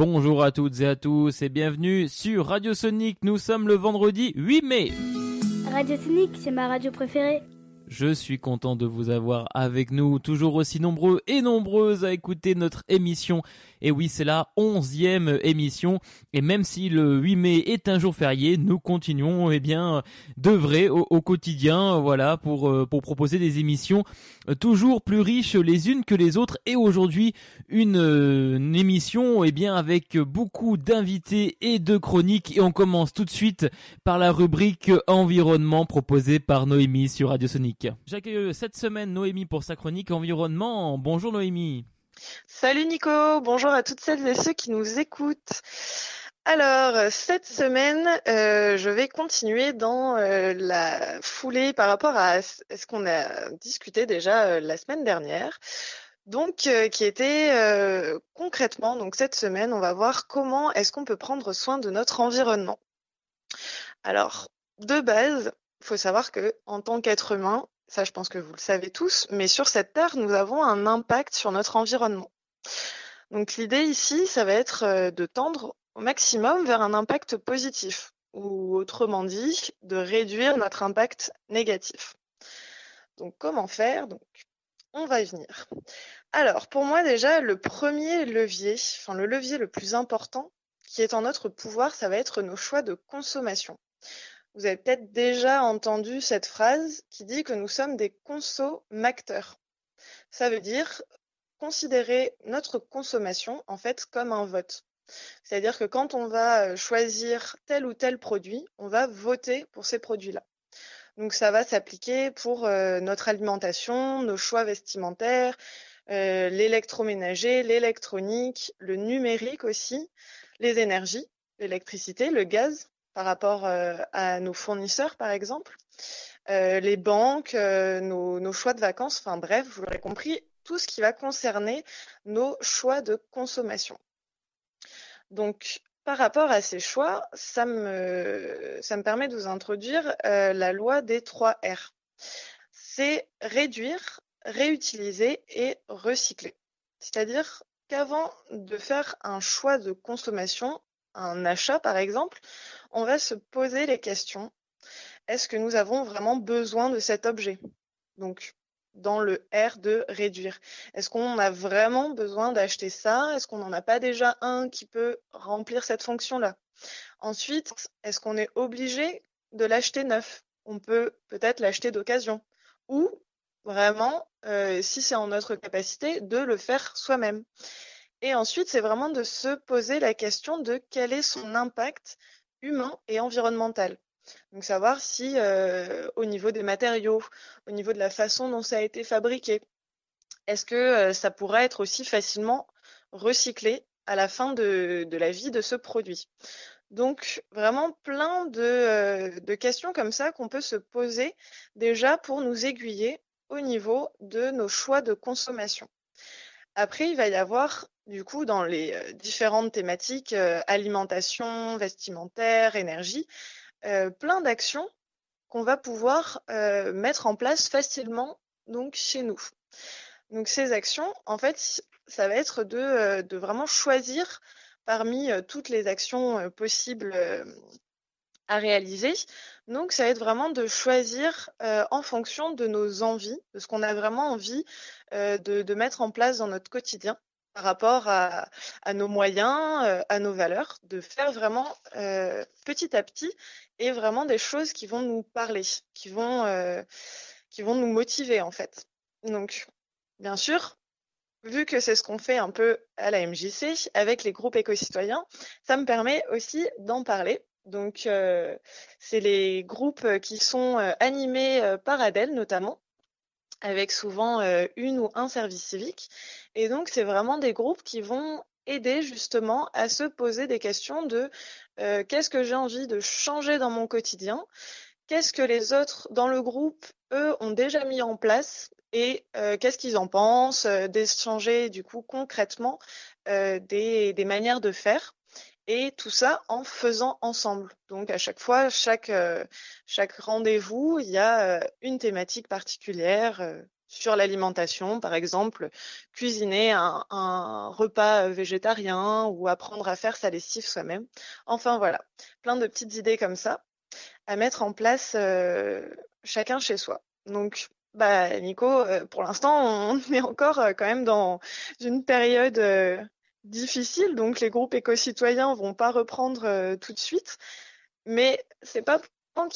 Bonjour à toutes et à tous et bienvenue sur Radio Sonic. Nous sommes le vendredi 8 mai. Radio Sonic, c'est ma radio préférée. Je suis content de vous avoir avec nous, toujours aussi nombreux et nombreuses à écouter notre émission. Et oui, c'est la 11e émission. Et même si le 8 mai est un jour férié, nous continuons d'œuvrer au quotidien, voilà, pour proposer des émissions toujours plus riches les unes que les autres. Et aujourd'hui, une émission avec beaucoup d'invités et de chroniques. Et on commence tout de suite par la rubrique environnement proposée par Noémie sur Radio Sonic. J'accueille cette semaine Noémie pour sa chronique environnement. Bonjour Noémie. Salut Nico, bonjour à toutes celles et ceux qui nous écoutent. Alors, cette semaine, je vais continuer dans la foulée par rapport à ce qu'on a discuté déjà la semaine dernière. Donc, qui était concrètement, donc cette semaine, on va voir comment est-ce qu'on peut prendre soin de notre environnement. Alors, de base, il faut savoir que en tant qu'être humain, ça je pense que vous le savez tous, mais sur cette terre, nous avons un impact sur notre environnement. Donc l'idée ici, ça va être de tendre au maximum vers un impact positif, ou autrement dit, de réduire notre impact négatif. Donc comment faire ? Donc, on va y venir. Alors pour moi déjà, le premier levier, le levier le plus important qui est en notre pouvoir, ça va être nos choix de consommation. Vous avez peut-être déjà entendu cette phrase qui dit que nous sommes des consommateurs. Ça veut dire considérer notre consommation en fait comme un vote. C'est-à-dire que quand on va choisir tel ou tel produit, on va voter pour ces produits-là. Donc ça va s'appliquer pour notre alimentation, nos choix vestimentaires, l'électroménager, l'électronique, le numérique aussi, les énergies, l'électricité, le gaz, par rapport à nos fournisseurs, par exemple, les banques, nos choix de vacances, enfin bref, vous l'aurez compris, tout ce qui va concerner nos choix de consommation. Donc, par rapport à ces choix, ça me permet de vous introduire la loi des 3 R. C'est réduire, réutiliser et recycler. C'est-à-dire qu'avant de faire un choix de consommation, un achat par exemple, on va se poser les questions. Est-ce que nous avons vraiment besoin de cet objet ? Donc, dans le R de réduire. Est-ce qu'on a vraiment besoin d'acheter ça ? Est-ce qu'on n'en a pas déjà un qui peut remplir cette fonction-là ? Ensuite, est-ce qu'on est obligé de l'acheter neuf ? On peut peut-être l'acheter d'occasion. Ou vraiment, si c'est en notre capacité, de le faire soi-même. Et ensuite, c'est vraiment de se poser la question de quel est son impact humain et environnemental. Donc savoir si au niveau des matériaux, au niveau de la façon dont ça a été fabriqué, est-ce que ça pourrait être aussi facilement recyclé à la fin de la vie de ce produit. Donc vraiment plein de questions comme ça qu'on peut se poser déjà pour nous aiguiller au niveau de nos choix de consommation. Après, il va y avoir, du coup, dans les différentes thématiques, alimentation, vestimentaire, énergie, plein d'actions qu'on va pouvoir mettre en place facilement donc, chez nous. Donc ces actions, en fait, ça va être de vraiment choisir parmi toutes les actions possibles à réaliser. Donc ça va être vraiment de choisir en fonction de nos envies, de ce qu'on a vraiment envie de mettre en place dans notre quotidien par rapport à nos moyens, à nos valeurs, de faire vraiment petit à petit et vraiment des choses qui vont nous parler, qui vont nous motiver en fait. Donc bien sûr, vu que c'est ce qu'on fait un peu à la MJC avec les groupes éco-citoyens, ça me permet aussi d'en parler. Donc, c'est les groupes qui sont animés par Adèle notamment, avec souvent une ou un service civique. Et donc, c'est vraiment des groupes qui vont aider justement à se poser des questions de qu'est-ce que j'ai envie de changer dans mon quotidien, qu'est-ce que les autres dans le groupe, eux, ont déjà mis en place et qu'est-ce qu'ils en pensent, d'échanger du coup concrètement des manières de faire. Et tout ça en faisant ensemble. Donc à chaque fois, chaque rendez-vous, il y a une thématique particulière sur l'alimentation, par exemple, cuisiner un repas végétarien ou apprendre à faire sa lessive soi-même. Enfin voilà, plein de petites idées comme ça à mettre en place chacun chez soi. Donc, Nico, pour l'instant, on est encore quand même dans une période difficile, donc les groupes éco-citoyens vont pas reprendre tout de suite, mais c'est pas pour autant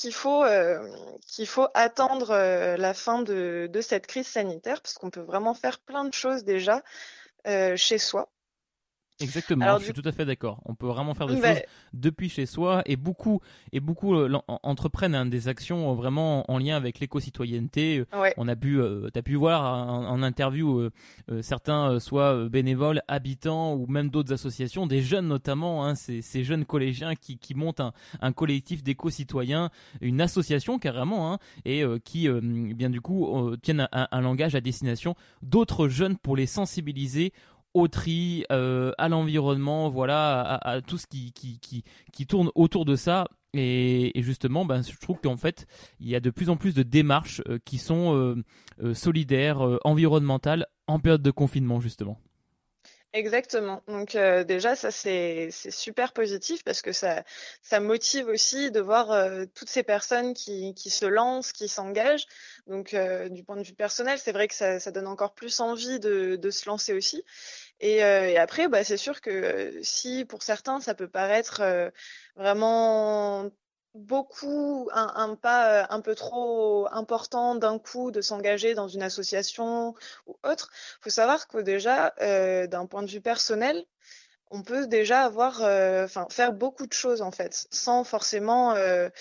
qu'il faut attendre la fin de cette crise sanitaire, parce qu'on peut vraiment faire plein de choses déjà chez soi. Exactement, Alors je suis du tout à fait d'accord. On peut vraiment faire des bah, choses depuis chez soi et beaucoup entreprennent des actions vraiment en lien avec l'éco-citoyenneté. ouais, T'as pu voir en interview certains soit bénévoles, habitants ou même d'autres associations, des jeunes notamment, hein, ces jeunes collégiens qui montent un collectif d'éco-citoyens, une association carrément, hein, et qui bien du coup tiennent un langage à destination d'autres jeunes pour les sensibiliser au tri, à l'environnement, voilà, à tout ce qui tourne autour de ça. Et justement, je trouve qu'en fait, il y a de plus en plus de démarches qui sont solidaires, environnementales, en période de confinement, justement. exactement. Donc déjà ça c'est super positif parce que ça motive aussi de voir toutes ces personnes qui se lancent, qui s'engagent. Donc du point de vue personnel, c'est vrai que ça donne encore plus envie de se lancer aussi. Et après, c'est sûr que si pour certains ça peut paraître vraiment beaucoup un pas un peu trop important d'un coup de s'engager dans une association ou autre, faut savoir que déjà d'un point de vue personnel, on peut déjà faire beaucoup de choses en fait, sans forcément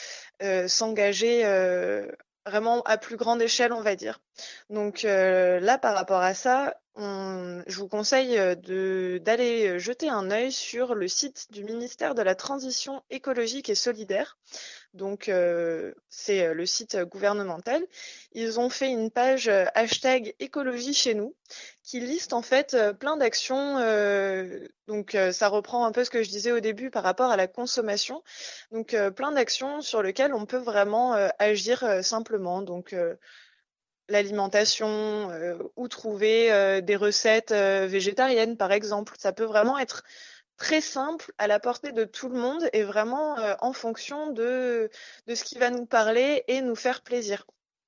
s'engager vraiment à plus grande échelle, on va dire. Donc là, par rapport à ça, je vous conseille d'aller jeter un œil sur le site du ministère de la Transition écologique et solidaire. Donc, c'est le site gouvernemental. Ils ont fait une page hashtag écologie chez nous qui liste en fait plein d'actions. Donc, ça reprend un peu ce que je disais au début par rapport à la consommation. Donc, plein d'actions sur lesquelles on peut vraiment agir simplement. Donc, l'alimentation ou trouver des recettes végétariennes, par exemple. Ça peut vraiment être très simple, à la portée de tout le monde et vraiment en fonction de ce qui va nous parler et nous faire plaisir.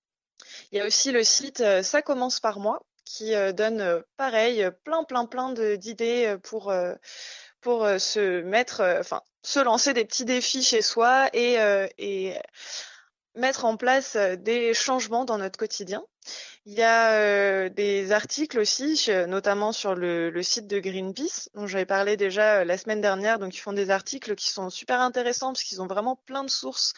Il y a aussi le site Ça commence par moi qui donne pareil plein d'idées pour se mettre, se lancer des petits défis chez soi et mettre en place des changements dans notre quotidien. Il y a des articles aussi, notamment sur le site de Greenpeace, dont j'avais parlé déjà la semaine dernière. Donc, ils font des articles qui sont super intéressants parce qu'ils ont vraiment plein de sources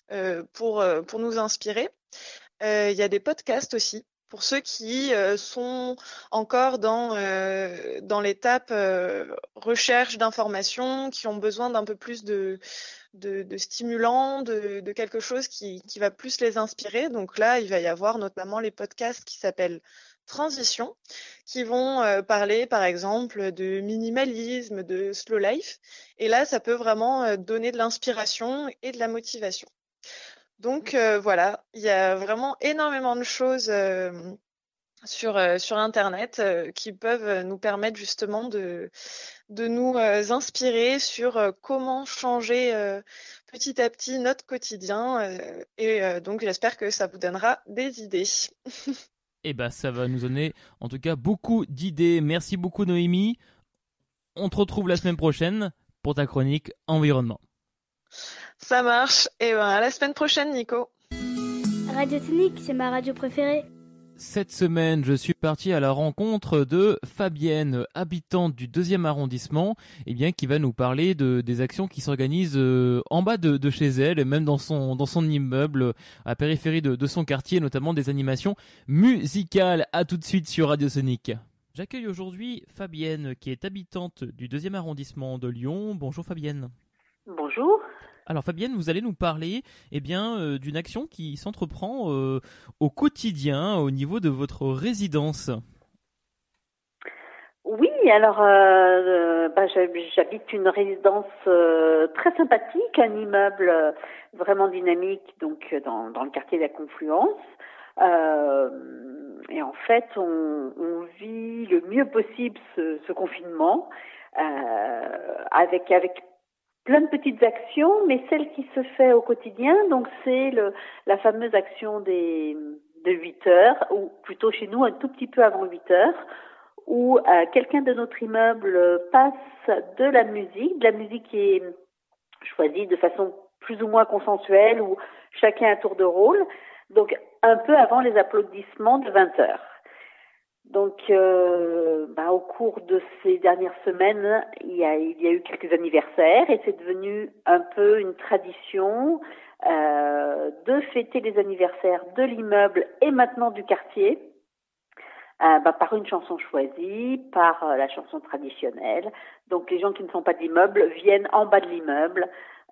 pour nous inspirer. Il y a des podcasts aussi pour ceux qui sont encore dans l'étape recherche d'informations, qui ont besoin d'un peu plus de stimulants, de quelque chose qui va plus les inspirer. Donc là, il va y avoir notamment les podcasts qui s'appellent Transition, qui vont parler par exemple de minimalisme, de slow life. Et là, ça peut vraiment donner de l'inspiration et de la motivation. Donc voilà, il y a vraiment énormément de choses sur Internet qui peuvent nous permettre justement de nous inspirer sur comment changer petit à petit notre quotidien. Donc j'espère que ça vous donnera des idées. Et ça va nous donner en tout cas beaucoup d'idées. Merci beaucoup Noémie. On te retrouve la semaine prochaine pour ta chronique environnement. Ça marche. Et à la semaine prochaine, Nico. Radio Sonic, c'est ma radio préférée. Cette semaine, je suis parti à la rencontre de Fabienne, habitante du 2e arrondissement, qui va nous parler des actions qui s'organisent en bas de chez elle, et même dans son immeuble, à la périphérie de son quartier, notamment des animations musicales. À tout de suite sur Radio Sonic. J'accueille aujourd'hui Fabienne, qui est habitante du 2e arrondissement de Lyon. Bonjour Fabienne. Bonjour. Alors Fabienne, vous allez nous parler d'une action qui s'entreprend au quotidien au niveau de votre résidence. Oui, alors j'habite une résidence très sympathique, un immeuble vraiment dynamique, donc dans le quartier de la Confluence. Et en fait, on vit le mieux possible ce confinement avec plein de petites actions, mais celle qui se fait au quotidien, donc c'est la fameuse action de 8 heures, ou plutôt chez nous un tout petit peu avant 8 heures, où quelqu'un de notre immeuble passe de la musique qui est choisie de façon plus ou moins consensuelle, où chacun a un tour de rôle, donc un peu avant les applaudissements de 20 heures. Donc, au cours de ces dernières semaines, il y a eu quelques anniversaires et c'est devenu un peu une tradition de fêter les anniversaires de l'immeuble et maintenant du quartier par une chanson choisie, par la chanson traditionnelle. Donc, les gens qui ne sont pas de l'immeuble viennent en bas de l'immeuble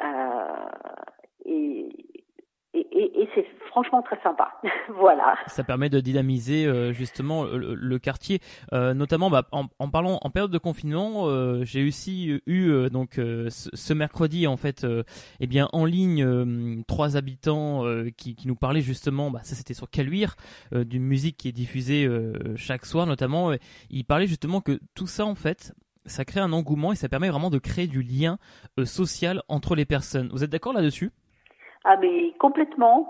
et c'est franchement très sympa. Voilà. Ça permet de dynamiser justement le quartier, notamment en parlant en période de confinement. J'ai aussi eu donc ce mercredi en fait, en ligne 3 habitants qui nous parlaient justement. Ça c'était sur Caluire, d'une musique qui est diffusée chaque soir notamment. Ils parlaient justement que tout ça en fait, ça crée un engouement et ça permet vraiment de créer du lien social entre les personnes. Vous êtes d'accord là-dessus ? Ah mais complètement.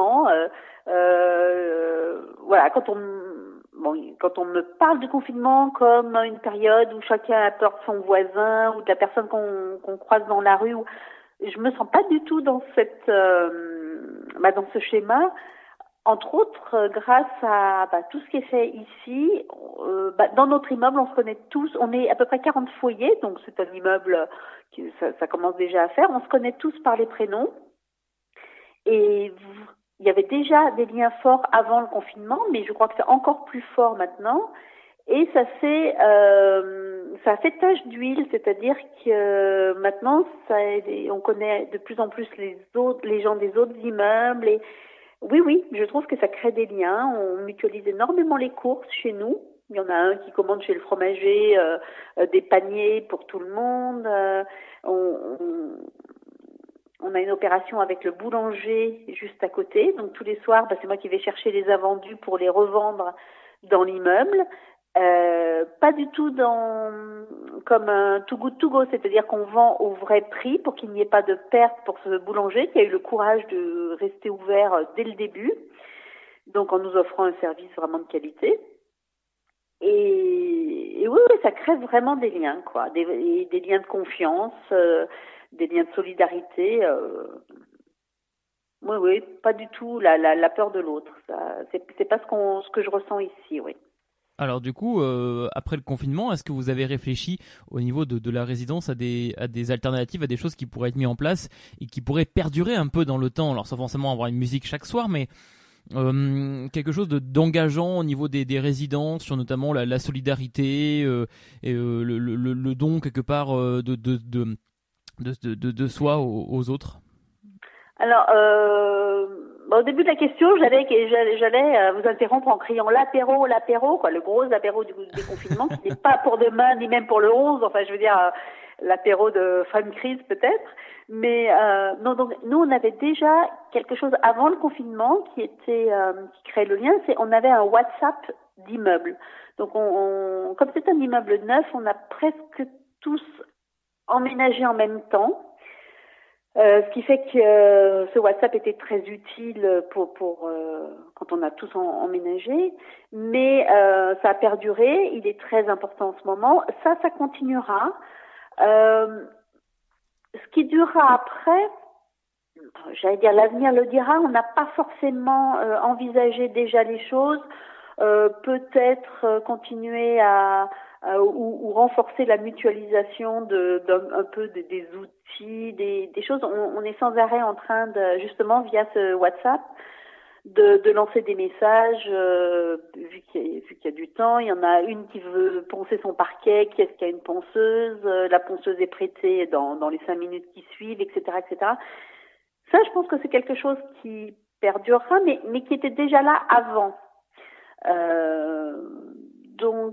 Voilà, quand on me parle du confinement comme une période où chacun a peur de son voisin ou de la personne qu'on croise dans la rue, je me sens pas du tout dans dans ce schéma. Entre autres, grâce à tout ce qui est fait ici, dans notre immeuble, on se connaît tous. On est à peu près 40 foyers, donc c'est un immeuble qui ça commence déjà à faire. On se connaît tous par les prénoms. Et il y avait déjà des liens forts avant le confinement, mais je crois que c'est encore plus fort maintenant. Et ça a fait tache d'huile, c'est-à-dire que maintenant, on connaît de plus en plus les gens des autres immeubles. Et oui, je trouve que ça crée des liens. On mutualise énormément les courses chez nous. Il y en a un qui commande chez le fromager des paniers pour tout le monde. On a une opération avec le boulanger juste à côté. Donc tous les soirs, c'est moi qui vais chercher les invendus pour les revendre dans l'immeuble. Pas du tout comme un too good to go, c'est-à-dire qu'on vend au vrai prix pour qu'il n'y ait pas de perte pour ce boulanger qui a eu le courage de rester ouvert dès le début, donc en nous offrant un service vraiment de qualité. Et oui, ça crée vraiment des liens, quoi, des liens de confiance, des liens de solidarité. Oui, pas du tout la peur de l'autre. Ça, c'est pas ce que je ressens ici, oui. Alors du coup, après le confinement, est-ce que vous avez réfléchi au niveau de la résidence à des alternatives, à des choses qui pourraient être mises en place et qui pourraient perdurer un peu dans le temps? Alors sans forcément avoir une musique chaque soir, mais quelque chose d'engageant au niveau des résidences, sur notamment la solidarité et le don quelque part de soi aux autres. Alors, au début de la question, j'allais vous interrompre en criant l'apéro, quoi, le gros apéro du déconfinement, qui n'est pas pour demain ni même pour le 11. Enfin, je veux dire l'apéro de fin de crise peut-être. Mais non, donc nous on avait déjà quelque chose avant le confinement qui créait le lien. On avait un WhatsApp d'immeuble. Donc comme c'est un immeuble neuf, on a presque tous emménagé en même temps. Ce qui fait que ce WhatsApp était très utile pour quand on a tous emménagé, mais ça a perduré. Il est très important en ce moment. Ça continuera. Ce qui durera après, j'allais dire l'avenir le dira. On n'a pas forcément envisagé déjà les choses. Peut-être continuer ou renforcer la mutualisation d'un peu des outils, des choses. On est sans arrêt en train de, justement, via ce WhatsApp, de lancer des messages, vu qu'il y a du temps. Il y en a une qui veut poncer son parquet, qui est-ce qu'il y a une ponceuse, la ponceuse est prêtée dans les 5 minutes qui suivent, etc., etc. Ça, je pense que c'est quelque chose qui perdurera, mais qui était déjà là avant. Donc,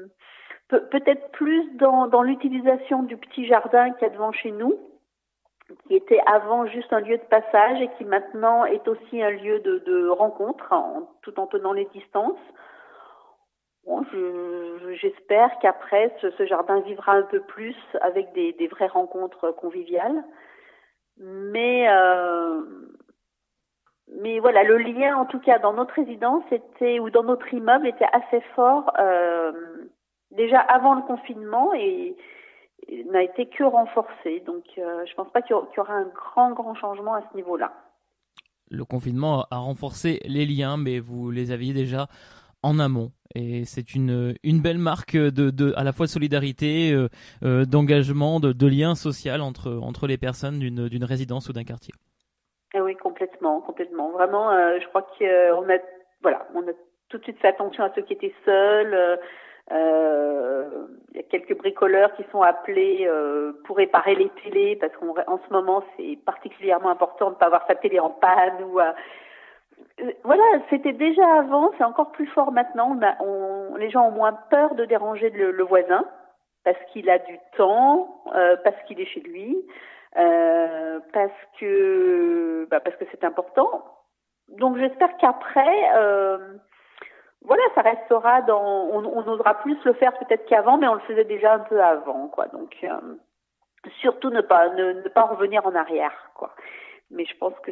peut-être plus dans l'utilisation du petit jardin qu'il y a devant chez nous. qui était avant juste un lieu de passage et qui maintenant est aussi un lieu de rencontre, tout en tenant les distances. Bon, j'espère qu'après, ce jardin vivra un peu plus avec des vraies rencontres conviviales. Mais voilà, le lien, en tout cas, dans notre résidence ou dans notre immeuble était assez fort déjà avant le confinement et n'a été que renforcé. Donc, je pense pas qu'il y aura un grand changement à ce niveau-là. Le confinement a renforcé les liens, mais vous les aviez déjà en amont. Et c'est une belle marque à la fois de solidarité, d'engagement, de lien social entre les personnes d'une résidence ou d'un quartier. Et oui, complètement. Vraiment, je crois qu'on a tout de suite fait attention à ceux qui étaient seuls. Il y a quelques bricoleurs qui sont appelés pour réparer les télés parce qu'en ce moment c'est particulièrement important de ne pas avoir sa télé en panne voilà, c'était déjà avant, c'est encore plus fort maintenant. Les gens ont moins peur de déranger le voisin parce qu'il a du temps, parce qu'il est chez lui, parce que c'est important. Donc j'espère qu'après voilà, ça restera on osera plus le faire peut-être qu'avant, mais on le faisait déjà un peu avant, quoi. Donc, surtout ne pas revenir en arrière, quoi. Mais je pense que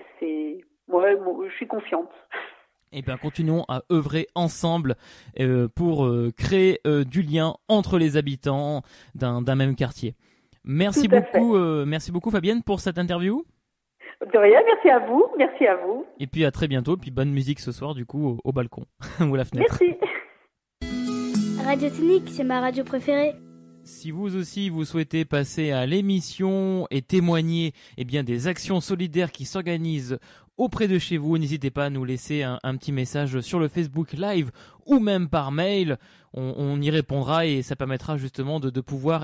je suis confiante. Eh bien, continuons à œuvrer ensemble pour créer du lien entre les habitants d'un même quartier. Merci beaucoup Fabienne pour cette interview. De rien, merci à vous. Et puis à très bientôt, puis bonne musique ce soir du coup au balcon ou à la fenêtre. Merci. Radio Cynique, c'est ma radio préférée. Si vous aussi vous souhaitez passer à l'émission et témoigner des actions solidaires qui s'organisent auprès de chez vous, n'hésitez pas à nous laisser un petit message sur le Facebook Live ou même par mail. On y répondra et ça permettra justement de pouvoir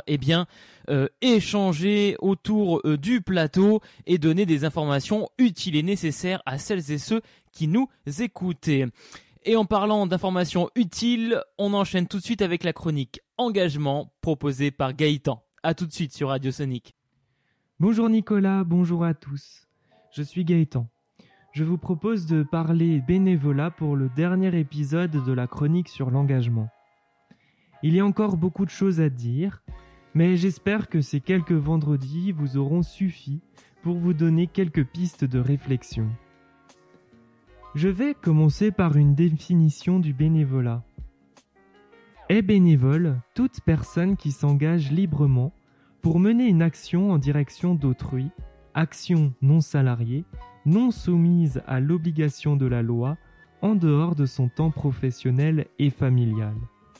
échanger autour du plateau et donner des informations utiles et nécessaires à celles et ceux qui nous écoutent. Et en parlant d'informations utiles, on enchaîne tout de suite avec la chronique Engagement proposée par Gaëtan. À tout de suite sur Radio Sonic. Bonjour Nicolas, bonjour à tous. Je suis Gaëtan. Je vous propose de parler bénévolat pour le dernier épisode de la chronique sur l'engagement. Il y a encore beaucoup de choses à dire, mais j'espère que ces quelques vendredis vous auront suffi pour vous donner quelques pistes de réflexion. Je vais commencer par une définition du bénévolat. Est bénévole toute personne qui s'engage librement pour mener une action en direction d'autrui, action non salariée, non soumise à l'obligation de la loi, en dehors de son temps professionnel et familial.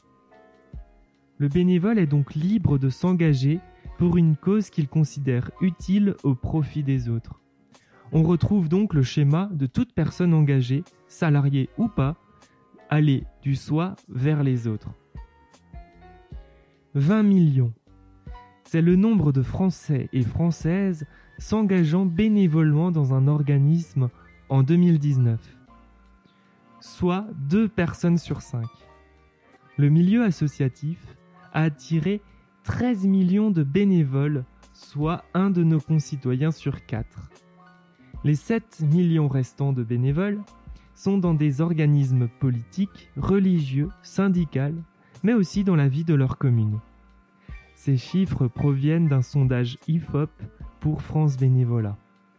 Le bénévole est donc libre de s'engager pour une cause qu'il considère utile au profit des autres. On retrouve donc le schéma de toute personne engagée, salariée ou pas, aller du soi vers les autres. 20 millions. C'est le nombre de Français et Françaises s'engageant bénévolement dans un organisme en 2019, soit 2 personnes sur 5. Le milieu associatif a attiré 13 millions de bénévoles, soit 1 de nos concitoyens sur 4. Les 7 millions restants de bénévoles sont dans des organismes politiques, religieux, syndicaux, mais aussi dans la vie de leur commune. Ces chiffres proviennent d'un sondage IFOP pour France Bénévolat.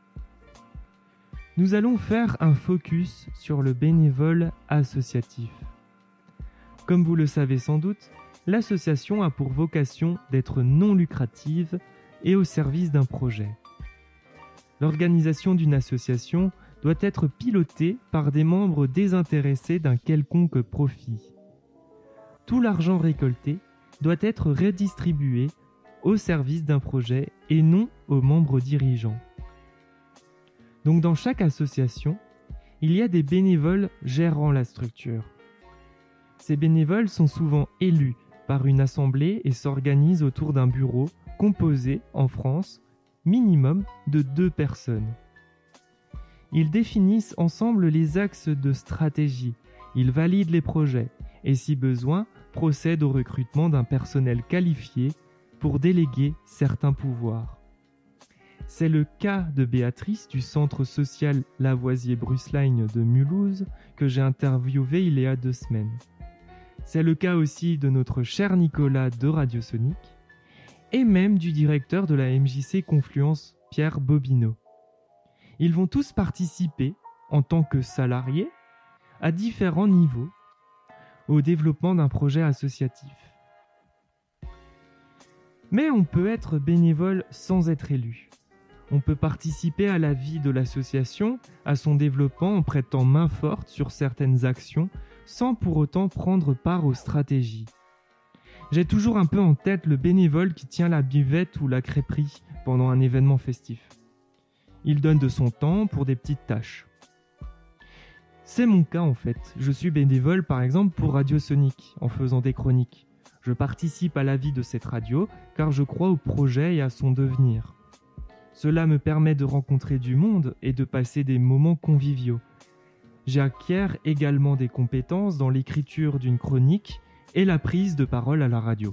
Nous allons faire un focus sur le bénévole associatif. Comme vous le savez sans doute, l'association a pour vocation d'être non lucrative et au service d'un projet. L'organisation d'une association doit être pilotée par des membres désintéressés d'un quelconque profit. Tout l'argent récolté doit être redistribué au service d'un projet et non aux membres dirigeants. Donc dans chaque association, il y a des bénévoles gérant la structure. Ces bénévoles sont souvent élus par une assemblée et s'organisent autour d'un bureau composé, en France, minimum de 2 personnes. Ils définissent ensemble les axes de stratégie, ils valident les projets et si besoin, procèdent au recrutement d'un personnel qualifié pour déléguer certains pouvoirs. C'est le cas de Béatrice du centre social Lavoisier-Brusline de Mulhouse que j'ai interviewé il y a 2 semaines. C'est le cas aussi de notre cher Nicolas de Radiosonic et même du directeur de la MJC Confluence, Pierre Bobineau. Ils vont tous participer, en tant que salariés, à différents niveaux, au développement d'un projet associatif. Mais on peut être bénévole sans être élu. On peut participer à la vie de l'association, à son développement en prêtant main forte sur certaines actions, sans pour autant prendre part aux stratégies. J'ai toujours un peu en tête le bénévole qui tient la buvette ou la crêperie pendant un événement festif. Il donne de son temps pour des petites tâches. C'est mon cas en fait. Je suis bénévole par exemple pour Radiosonic en faisant des chroniques. Je participe à la vie de cette radio car je crois au projet et à son devenir. Cela me permet de rencontrer du monde et de passer des moments conviviaux. J'acquiers également des compétences dans l'écriture d'une chronique et la prise de parole à la radio.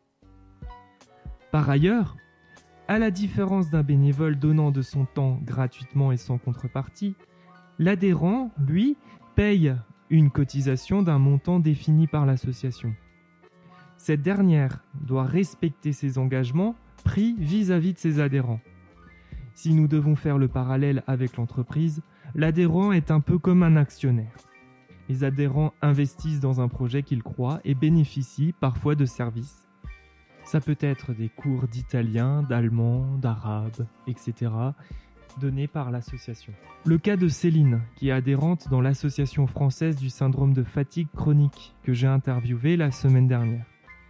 Par ailleurs, à la différence d'un bénévole donnant de son temps gratuitement et sans contrepartie, l'adhérent, lui, paye une cotisation d'un montant défini par l'association. Cette dernière doit respecter ses engagements pris vis-à-vis de ses adhérents. Si nous devons faire le parallèle avec l'entreprise, l'adhérent est un peu comme un actionnaire. Les adhérents investissent dans un projet qu'ils croient et bénéficient parfois de services. Ça peut être des cours d'italien, d'allemand, d'arabe, etc., donnés par l'association. Le cas de Céline, qui est adhérente dans l'association française du syndrome de fatigue chronique que j'ai interviewée la semaine dernière.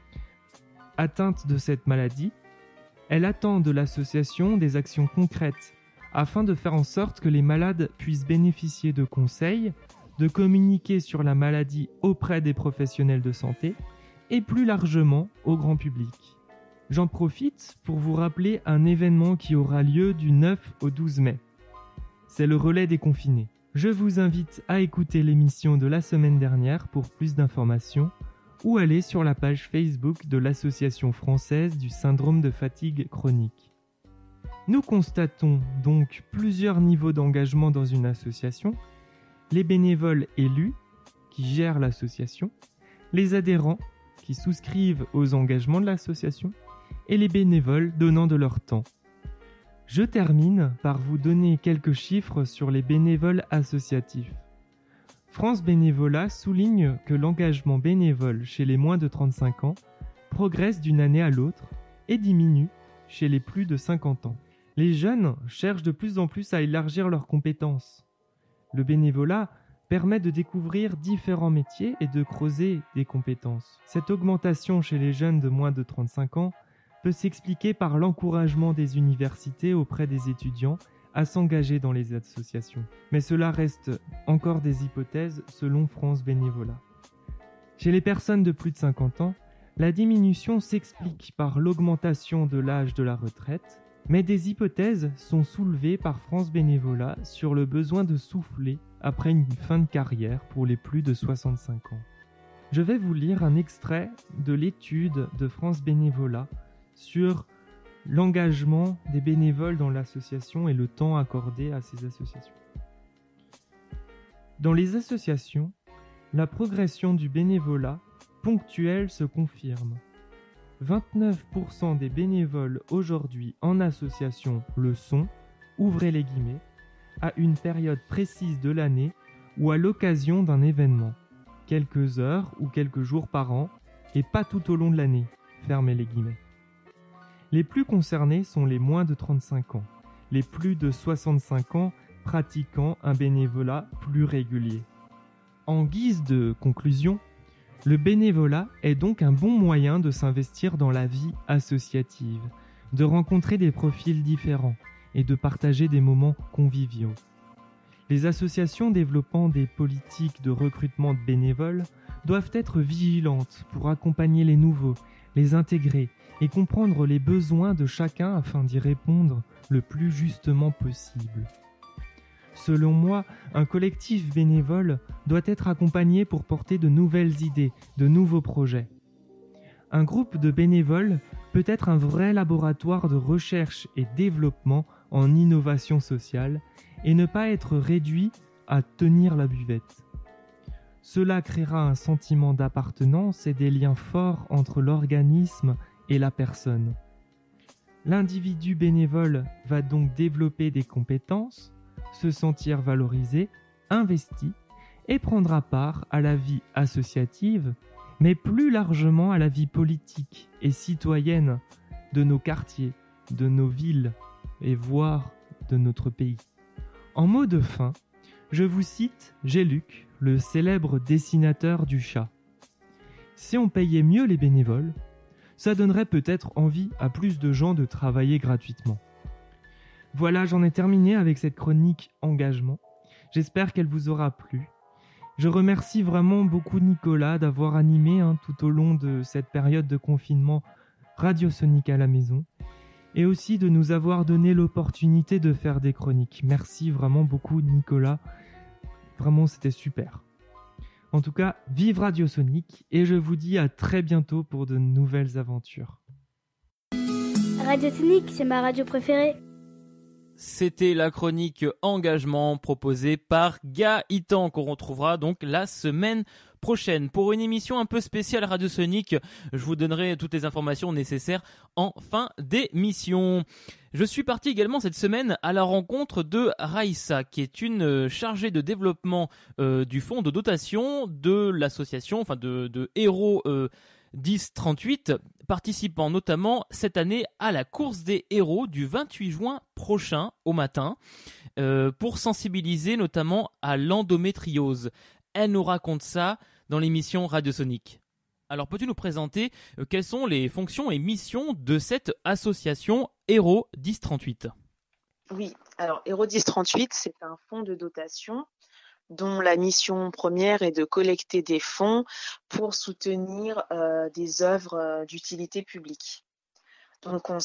Atteinte de cette maladie, elle attend de l'association des actions concrètes afin de faire en sorte que les malades puissent bénéficier de conseils, de communiquer sur la maladie auprès des professionnels de santé et plus largement au grand public. J'en profite pour vous rappeler un événement qui aura lieu du 9 au 12 mai. C'est le relais des confinés. Je vous invite à écouter l'émission de la semaine dernière pour plus d'informations ou aller sur la page Facebook de l'Association française du syndrome de fatigue chronique. Nous constatons donc plusieurs niveaux d'engagement dans une association, les bénévoles élus qui gèrent l'association, les adhérents qui souscrivent aux engagements de l'association et les bénévoles donnant de leur temps. Je termine par vous donner quelques chiffres sur les bénévoles associatifs. France Bénévolat souligne que l'engagement bénévole chez les moins de 35 ans progresse d'une année à l'autre et diminue chez les plus de 50 ans. Les jeunes cherchent de plus en plus à élargir leurs compétences. Le bénévolat permet de découvrir différents métiers et de creuser des compétences. Cette augmentation chez les jeunes de moins de 35 ans peut s'expliquer par l'encouragement des universités auprès des étudiants à s'engager dans les associations. Mais cela reste encore des hypothèses selon France Bénévolat. Chez les personnes de plus de 50 ans, la diminution s'explique par l'augmentation de l'âge de la retraite, mais des hypothèses sont soulevées par France Bénévolat sur le besoin de souffler après une fin de carrière pour les plus de 65 ans. Je vais vous lire un extrait de l'étude de France Bénévolat sur l'engagement des bénévoles dans l'association et le temps accordé à ces associations. Dans les associations, la progression du bénévolat ponctuel se confirme. 29% des bénévoles aujourd'hui en association le sont, ouvrez les guillemets, à une période précise de l'année ou à l'occasion d'un événement, quelques heures ou quelques jours par an et pas tout au long de l'année, fermez les guillemets. Les plus concernés sont les moins de 35 ans, les plus de 65 ans pratiquant un bénévolat plus régulier. En guise de conclusion, le bénévolat est donc un bon moyen de s'investir dans la vie associative, de rencontrer des profils différents et de partager des moments conviviaux. Les associations développant des politiques de recrutement de bénévoles doivent être vigilantes pour accompagner les nouveaux, les intégrer et comprendre les besoins de chacun afin d'y répondre le plus justement possible. Selon moi, un collectif bénévole doit être accompagné pour porter de nouvelles idées, de nouveaux projets. Un groupe de bénévoles peut être un vrai laboratoire de recherche et développement en innovation sociale et ne pas être réduit à tenir la buvette. Cela créera un sentiment d'appartenance et des liens forts entre l'organisme et la personne. L'individu bénévole va donc développer des compétences, se sentir valorisé, investi et prendra part à la vie associative, mais plus largement à la vie politique et citoyenne de nos quartiers, de nos villes et voire de notre pays. En mot de fin, je vous cite Géluc, le célèbre dessinateur du chat. Si on payait mieux les bénévoles, ça donnerait peut-être envie à plus de gens de travailler gratuitement. Voilà, j'en ai terminé avec cette chronique engagement. J'espère qu'elle vous aura plu. Je remercie vraiment beaucoup Nicolas d'avoir animé tout au long de cette période de confinement Radio Sonic à la maison et aussi de nous avoir donné l'opportunité de faire des chroniques. Merci vraiment beaucoup Nicolas. Vraiment, c'était super. En tout cas, vive Radio Sonic et je vous dis à très bientôt pour de nouvelles aventures. Radio Sonic, c'est ma radio préférée. C'était la chronique engagement proposée par Gaëtan qu'on retrouvera donc la semaine prochaine. Pour une émission un peu spéciale Radio Sonic, je vous donnerai toutes les informations nécessaires en fin d'émission. Je suis parti également cette semaine à la rencontre de Raïssa, qui est une chargée de développement du fonds de dotation de l'association, de Héros 1038, participant notamment cette année à la course des héros du 28 juin prochain au matin pour sensibiliser notamment à l'endométriose. Elle nous raconte ça dans l'émission Radio Sonic. Alors peux-tu nous présenter quelles sont les fonctions et missions de cette association Héros 1038 ? Oui, alors Héros 1038, c'est un fonds de dotation dont la mission première est de collecter des fonds pour soutenir des œuvres d'utilité publique. Donc notre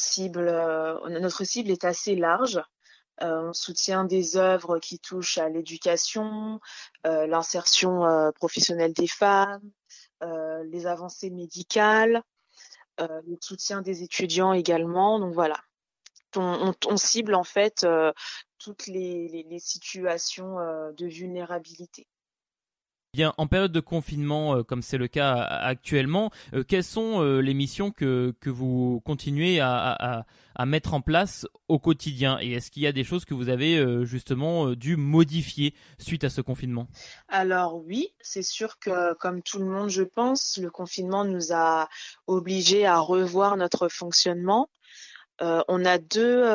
cible est assez large. On soutient des œuvres qui touchent à l'éducation, l'insertion professionnelle des femmes, les avancées médicales, le soutien des étudiants également. Donc voilà, on cible en fait toutes les situations de vulnérabilité. Bien, en période de confinement, comme c'est le cas actuellement, quelles sont les missions que vous continuez à mettre en place au quotidien ? Et est-ce qu'il y a des choses que vous avez justement dû modifier suite à ce confinement ? Alors oui, c'est sûr que comme tout le monde, je pense, le confinement nous a obligés à revoir notre fonctionnement. On a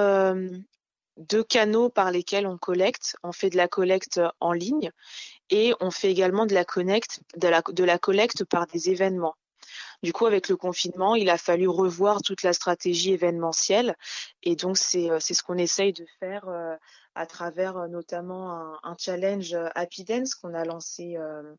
deux canaux par lesquels on collecte. On fait de la collecte en ligne et on fait également de la collecte par des événements. Du coup, avec le confinement, il a fallu revoir toute la stratégie événementielle et donc c'est ce qu'on essaye de faire à travers notamment un challenge Happy Dance qu'on a lancé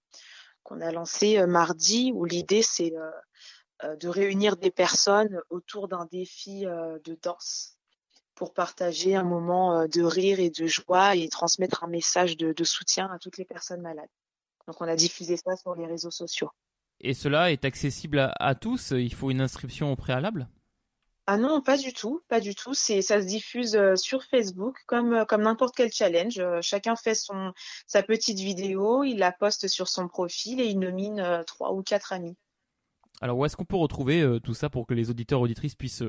mardi, où l'idée c'est de réunir des personnes autour d'un défi de danse pour partager un moment de rire et de joie et transmettre un message de soutien à toutes les personnes malades. Donc on a diffusé ça sur les réseaux sociaux. Et cela est accessible à tous ? Il faut une inscription au préalable ? Ah non, pas du tout, pas du tout. Ça se diffuse sur Facebook comme n'importe quel challenge. Chacun fait sa petite vidéo, il la poste sur son profil et il nomine 3 ou 4 amis. Alors où est-ce qu'on peut retrouver tout ça pour que les auditeurs auditrices puissent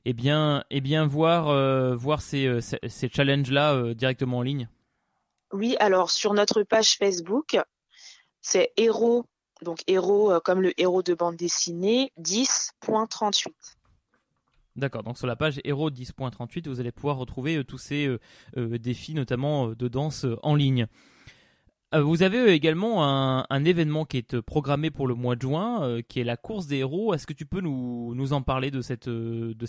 voir ces challenges-là directement en ligne ? Oui, alors sur notre page Facebook, c'est Héros, donc Héros comme le héros de bande dessinée, 10.38. D'accord, donc sur la page Héros 10.38, vous allez pouvoir retrouver tous ces défis, notamment de danse en ligne. Vous avez également un événement qui est programmé pour le mois de juin, qui est la course des héros. Est-ce que tu peux nous en parler de cet événement ?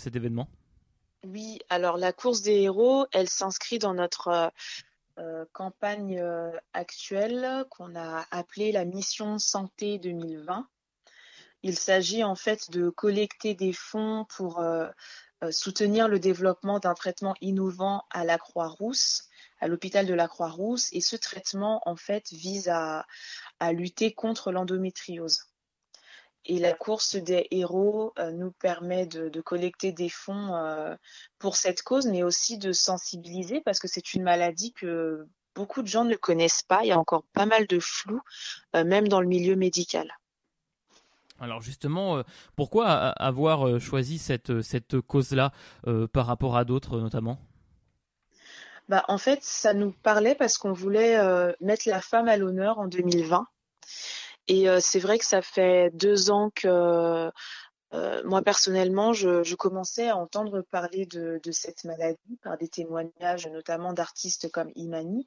Oui, alors la course des héros, elle s'inscrit dans notre campagne actuelle qu'on a appelée la Mission Santé 2020. Il s'agit en fait de collecter des fonds pour soutenir le développement d'un traitement innovant à la Croix-Rousse, à l'hôpital de la Croix-Rousse, et ce traitement en fait vise à lutter contre l'endométriose. Et la course des héros nous permet de collecter des fonds pour cette cause, mais aussi de sensibiliser parce que c'est une maladie que beaucoup de gens ne connaissent pas. Il y a encore pas mal de flou, même dans le milieu médical. Alors justement, pourquoi avoir choisi cette cause-là par rapport à d'autres notamment ? En fait, ça nous parlait parce qu'on voulait mettre la femme à l'honneur en 2020. Et c'est vrai que ça fait 2 ans que moi personnellement, je commençais à entendre parler de cette maladie par des témoignages notamment d'artistes comme Imani.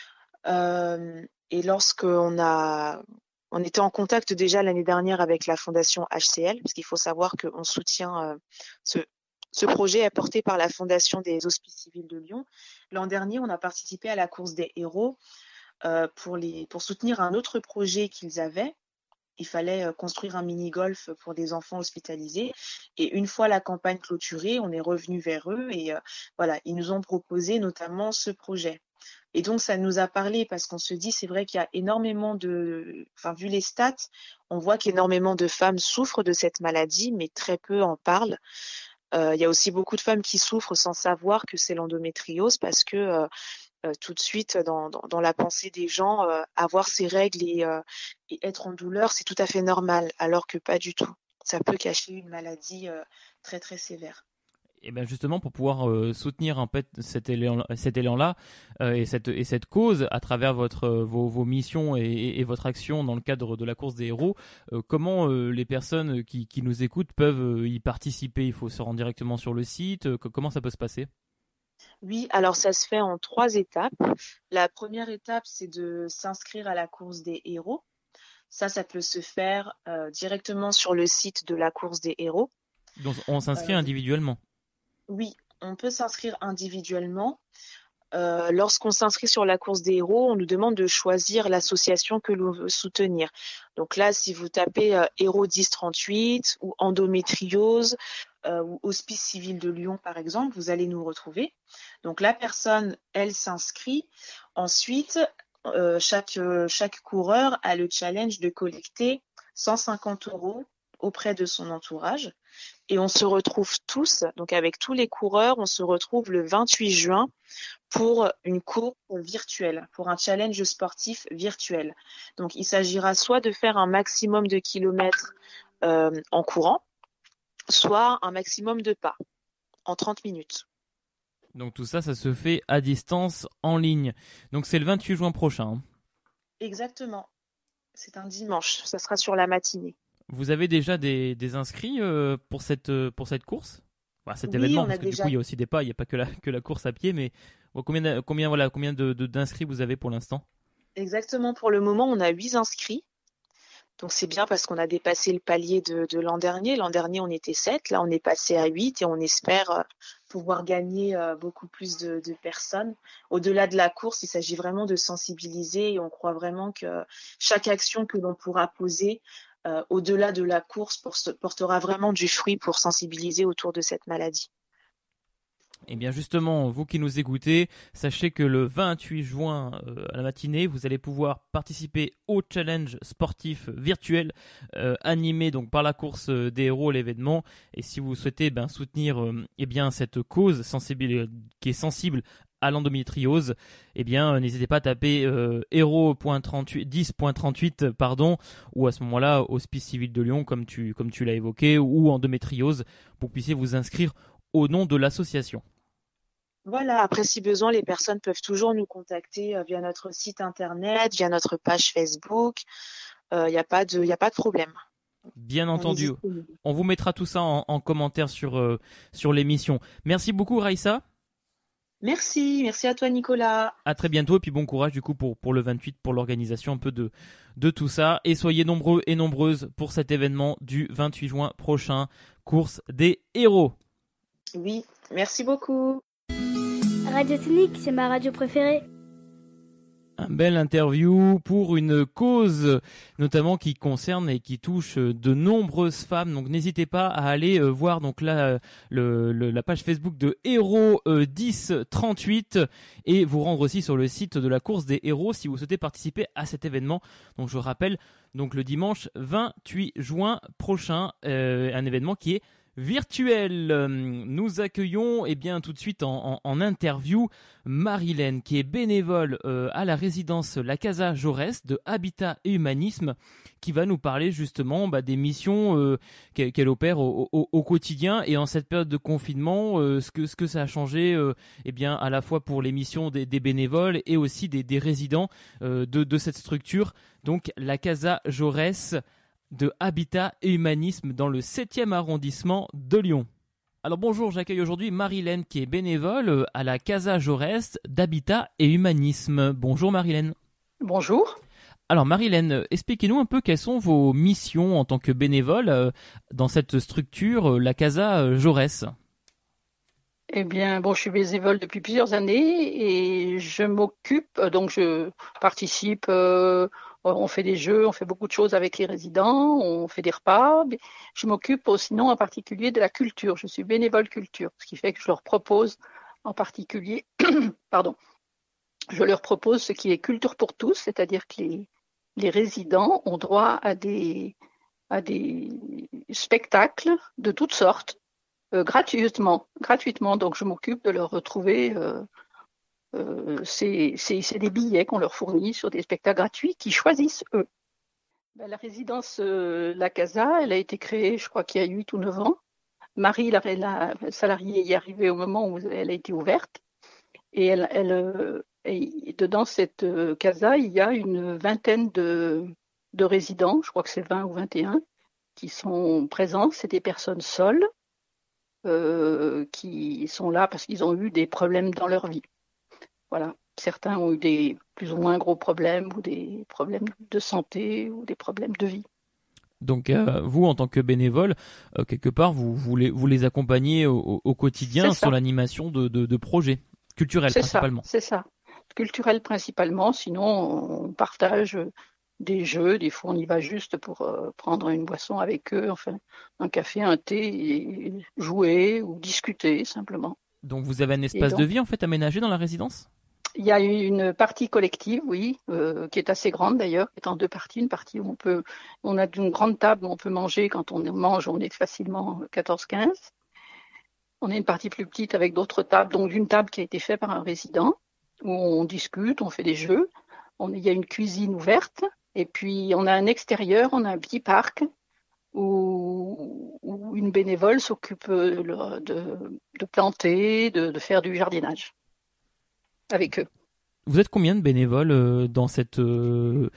Et on était en contact déjà l'année dernière avec la fondation HCL, parce qu'il faut savoir qu'on soutient ce projet est porté par la Fondation des Hospices Civils de Lyon. L'an dernier, on a participé à la course des héros pour soutenir un autre projet qu'ils avaient. Il fallait construire un mini-golf pour des enfants hospitalisés. Et une fois la campagne clôturée, on est revenu vers eux et voilà, ils nous ont proposé notamment ce projet. Et donc, ça nous a parlé parce qu'on se dit, c'est vrai qu'il y a énormément vu les stats, on voit qu'énormément de femmes souffrent de cette maladie, mais très peu en parlent. Il y a aussi beaucoup de femmes qui souffrent sans savoir que c'est l'endométriose parce que tout de suite dans la pensée des gens, avoir ses règles et être en douleur, c'est tout à fait normal, alors que pas du tout. Ça peut cacher une maladie très très sévère. Et bien justement, pour pouvoir soutenir un peu cet élan-là et cette cause à travers vos missions et votre action dans le cadre de la course des héros, comment les personnes qui nous écoutent peuvent y participer ? Il faut se rendre directement sur le site. Comment ça peut se passer ? Oui, alors ça se fait en 3 étapes. La première étape, c'est de s'inscrire à la course des héros. Ça peut se faire directement sur le site de la course des héros. Donc on s'inscrit individuellement ? Oui, on peut s'inscrire individuellement. Lorsqu'on s'inscrit sur la course des héros, on nous demande de choisir l'association que l'on veut soutenir. Donc là, si vous tapez Héros 1038 ou endométriose ou Hospice Civil de Lyon, par exemple, vous allez nous retrouver. Donc la personne, elle s'inscrit. Ensuite, chaque coureur a le challenge de collecter 150 € auprès de son entourage. Et on se retrouve tous, donc avec tous les coureurs, on se retrouve le 28 juin pour une course virtuelle, pour un challenge sportif virtuel. Donc il s'agira soit de faire un maximum de kilomètres en courant, soit un maximum de pas en 30 minutes. Donc tout ça, ça se fait à distance, en ligne. Donc c'est le 28 juin prochain. Hein. Exactement. C'est un dimanche, ça sera sur la matinée. Vous avez déjà des inscrits pour cette course ? Cet événement, parce que du coup il y a aussi des pas, il n'y a pas que la course à pied, mais combien d'inscrits vous avez pour l'instant ? Exactement, pour le moment on a 8 inscrits, donc c'est bien parce qu'on a dépassé le palier de l'an dernier. L'an dernier on était 7, là on est passé à 8 et on espère pouvoir gagner beaucoup plus de personnes. Au-delà de la course, il s'agit vraiment de sensibiliser et on croit vraiment que chaque action que l'on pourra poser au-delà de la course portera vraiment du fruit pour sensibiliser autour de cette maladie. Et bien justement, vous qui nous écoutez, sachez que le 28 juin à la matinée, vous allez pouvoir participer au challenge sportif virtuel animé donc par la course des héros, l'événement. Et si vous souhaitez soutenir cette cause qui est sensible à l'endométriose, n'hésitez pas à taper héros.10.38 ou à ce moment-là Hospice Civil de Lyon comme tu l'as évoqué, ou endométriose, pour que vous puissiez vous inscrire au nom de l'association. Voilà, après si besoin, les personnes peuvent toujours nous contacter via notre site internet, via notre page Facebook. Il n'y a pas de problème. Bien entendu. On vous mettra tout ça en commentaire sur l'émission. Merci beaucoup Raïssa. Merci à toi Nicolas. À très bientôt et puis bon courage du coup pour le 28, pour l'organisation un peu de tout ça. Et soyez nombreux et nombreuses pour cet événement du 28 juin prochain, course des héros. Oui, merci beaucoup. Radio Technique, c'est ma radio préférée. Un bel interview pour une cause notamment qui concerne et qui touche de nombreuses femmes. Donc n'hésitez pas à aller voir donc là la page Facebook de Héros 1038 et vous rendre aussi sur le site de la course des héros si vous souhaitez participer à cet événement. Donc je rappelle donc le dimanche 28 juin prochain, un événement qui est virtuel. Nous accueillons tout de suite en interview Marilène qui est bénévole à la résidence La Casa Jaurès de Habitat et Humanisme qui va nous parler justement des missions qu'elle opère au quotidien et en cette période de confinement ce que ça a changé à la fois pour les missions des bénévoles et aussi des résidents de cette structure, donc La Casa Jaurès de Habitat et Humanisme dans le 7e arrondissement de Lyon. Alors bonjour, j'accueille aujourd'hui Marilène qui est bénévole à la Casa Jaurès d'Habitat et Humanisme. Bonjour Marilène. Bonjour. Alors Marilène, expliquez-nous un peu quelles sont vos missions en tant que bénévole dans cette structure, la Casa Jaurès. Eh bien, je suis bénévole depuis plusieurs années et je m'occupe, donc je participe, on fait des jeux, on fait beaucoup de choses avec les résidents, on fait des repas. Mais je m'occupe sinon en particulier de la culture. Je suis bénévole culture, ce qui fait que je leur propose en particulier, je leur propose ce qui est culture pour tous, c'est-à-dire que les résidents ont droit à des spectacles de toutes sortes. Gratuitement. Donc je m'occupe de leur retrouver. C'est des billets qu'on leur fournit sur des spectacles gratuits qu'ils choisissent eux. La résidence La Casa, elle a été créée, je crois qu'il y a 8 ou 9 ans. Marie, la salariée, y est arrivée au moment où elle a été ouverte. Et dedans cette Casa, il y a une vingtaine de résidents, je crois que c'est 20 ou 21, qui sont présents. C'est des personnes seules. Qui sont là parce qu'ils ont eu des problèmes dans leur vie. Voilà. Certains ont eu des plus ou moins gros problèmes ou des problèmes de santé ou des problèmes de vie. Donc vous, en tant que bénévole, quelque part, vous les accompagnez au quotidien sur l'animation de projets culturels principalement. C'est ça. Culturels principalement, sinon on partage des jeux, des fois on y va juste pour prendre une boisson avec eux, enfin un café, un thé, et jouer ou discuter simplement. Donc vous avez un espace de vie en fait aménagé dans la résidence ? Il y a une partie collective, oui, qui est assez grande d'ailleurs, qui est en 2 parties. Une partie où on a une grande table où on peut manger. Quand on mange, on est facilement 14-15. On a une partie plus petite avec d'autres tables, donc une table qui a été faite par un résident, où on discute, on fait des jeux. Il y a une cuisine ouverte. Et puis, on a un extérieur, on a un petit parc où une bénévole s'occupe de planter, de faire du jardinage avec eux. Vous êtes combien de bénévoles dans cette maison ?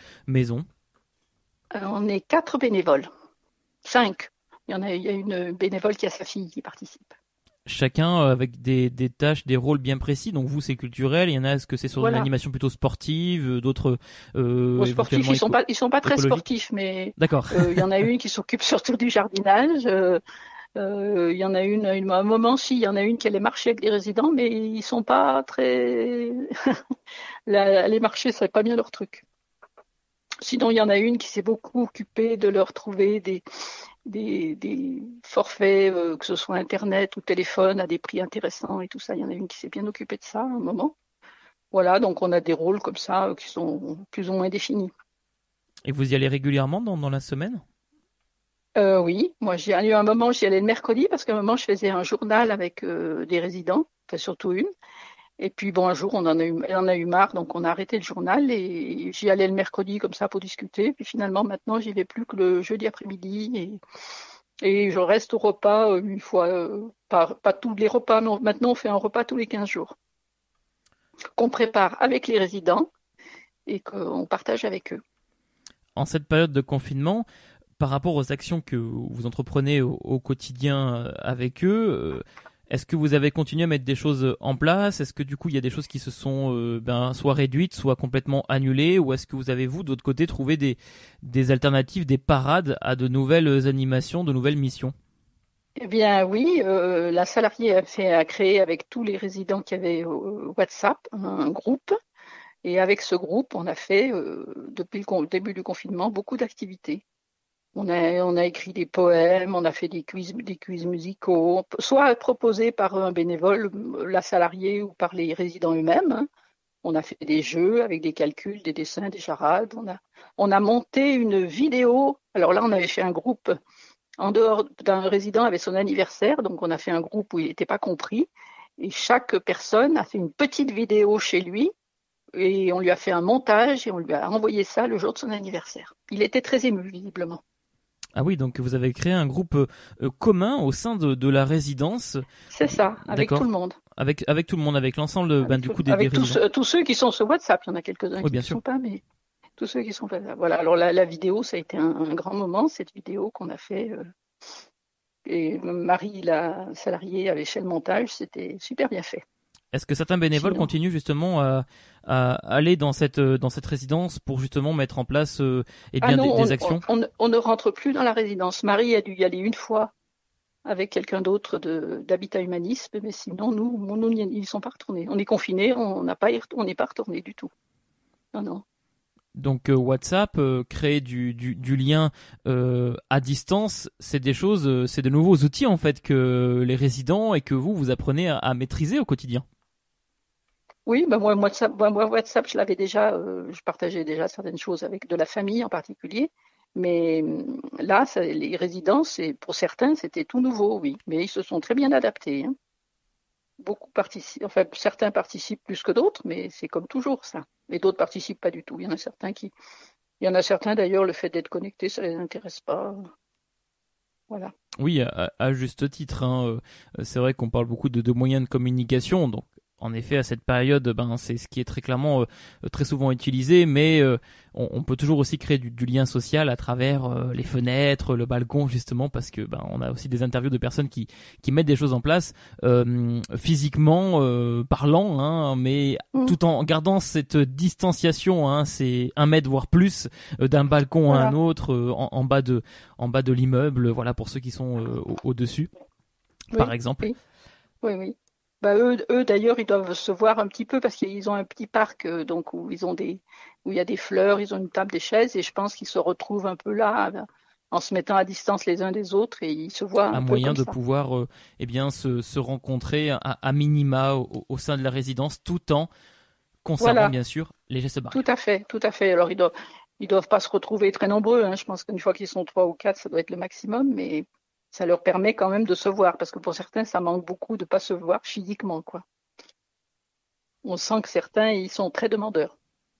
On est 4 bénévoles. 5. Il y a une bénévole qui a sa fille qui participe. Chacun avec des tâches, des rôles bien précis. Donc vous, c'est culturel. Il y en a, est-ce que c'est sur une animation plutôt sportive, d'autres sportifs, ils sont pas très sportifs, mais d'accord. Il y en a une qui s'occupe surtout du jardinage. Il y en a une, à un moment, il y en a une qui allait marcher avec les résidents, mais ils sont pas très. Aller marcher, c'est pas bien leur truc. Sinon, il y en a une qui s'est beaucoup occupée de leur trouver des forfaits, que ce soit Internet ou téléphone, à des prix intéressants et tout ça. Il y en a une qui s'est bien occupée de ça à un moment. Voilà, donc on a des rôles comme ça qui sont plus ou moins définis. Et vous y allez régulièrement dans la semaine ? Oui, moi j'y allais le mercredi parce qu'à un moment je faisais un journal avec des résidents, enfin surtout une. Et puis un jour elle en a eu marre, donc on a arrêté le journal et j'y allais le mercredi comme ça pour discuter. Puis finalement maintenant j'y vais plus que le jeudi après-midi et je reste au repas une fois, pas tous les repas, mais maintenant on fait un repas tous les 15 jours qu'on prépare avec les résidents et qu'on partage avec eux. En cette période de confinement, par rapport aux actions que vous entreprenez au quotidien avec eux, est-ce que vous avez continué à mettre des choses en place ? Est-ce que du coup il y a des choses qui se sont soit réduites, soit complètement annulées ? Ou est-ce que vous avez, vous, de votre côté, trouvé des alternatives, des parades à de nouvelles animations, de nouvelles missions ? Eh bien oui, la salariée a créé avec tous les résidents qui avaient WhatsApp un groupe. Et avec ce groupe, on a fait, depuis le début du confinement, beaucoup d'activités. On a écrit des poèmes, on a fait des quiz musicaux, soit proposés par un bénévole, la salariée, ou par les résidents eux-mêmes, hein. On a fait des jeux avec des calculs, des dessins, des charades. On a monté une vidéo. Alors là, on avait fait un groupe en dehors d'un résident avec son anniversaire. Donc, on a fait un groupe où il n'était pas compris. Et chaque personne a fait une petite vidéo chez lui. Et on lui a fait un montage et on lui a envoyé ça le jour de son anniversaire. Il était très ému, visiblement. Ah oui, donc vous avez créé un groupe commun au sein de la résidence. C'est ça, avec D'accord. tout le monde. Avec tout le monde, avec l'ensemble du coup des avec résidents. tous ceux qui sont sur WhatsApp. Il y en a quelques-uns Oui, qui ne sont pas, mais tous ceux qui sont pas là. Voilà, alors la vidéo, ça a été un grand moment, cette vidéo qu'on a fait. Et Marie, la salariée, avait fait le montage. C'était super bien fait. Est-ce que certains bénévoles continuent justement à aller dans cette résidence pour justement mettre en place des actions? On ne rentre plus dans la résidence. Marie a dû y aller une fois avec quelqu'un d'autre d'Habitat Humanisme, mais sinon, nous ils ne sont pas retournés. On est confinés, on n'est pas retournés du tout. Non. Donc WhatsApp, créer du lien à distance, c'est des choses, c'est de nouveaux outils en fait que les résidents et que vous apprenez à maîtriser au quotidien. Oui, moi WhatsApp, je l'avais déjà, je partageais déjà certaines choses avec de la famille en particulier, mais là, les résidences, pour certains, c'était tout nouveau, oui, mais ils se sont très bien adaptés. Hein. Certains participent plus que d'autres, mais c'est comme toujours ça. Et d'autres participent pas du tout. Il y en a certains d'ailleurs, le fait d'être connectés, ça les intéresse pas. Voilà. Oui, à juste titre. Hein, c'est vrai qu'on parle beaucoup de moyens de communication, donc. En effet, à cette période, c'est ce qui est très clairement très souvent utilisé, mais on peut toujours aussi créer du lien social à travers les fenêtres, le balcon, justement, parce que on a aussi des interviews de personnes qui mettent des choses en place physiquement parlant, hein, mais tout en gardant cette distanciation. Hein, c'est 1 mètre voire plus d'un balcon à un autre en bas de l'immeuble. Voilà, pour ceux qui sont au-dessus, par exemple. Oui. Eux d'ailleurs, ils doivent se voir un petit peu parce qu'ils ont un petit parc donc où il y a des fleurs, ils ont une table, des chaises, et je pense qu'ils se retrouvent un peu là en se mettant à distance les uns des autres, et ils se voient un peu moyen comme de ça. pouvoir se rencontrer à minima au sein de la résidence, tout en conservant bien sûr les gestes barrières. Tout à fait. Alors ils doivent pas se retrouver très nombreux, hein. Je pense qu'une fois qu'ils sont 3 ou 4, ça doit être le maximum, mais ça leur permet quand même de se voir, parce que pour certains, ça manque beaucoup de ne pas se voir physiquement, quoi. On sent que certains, ils sont très demandeurs.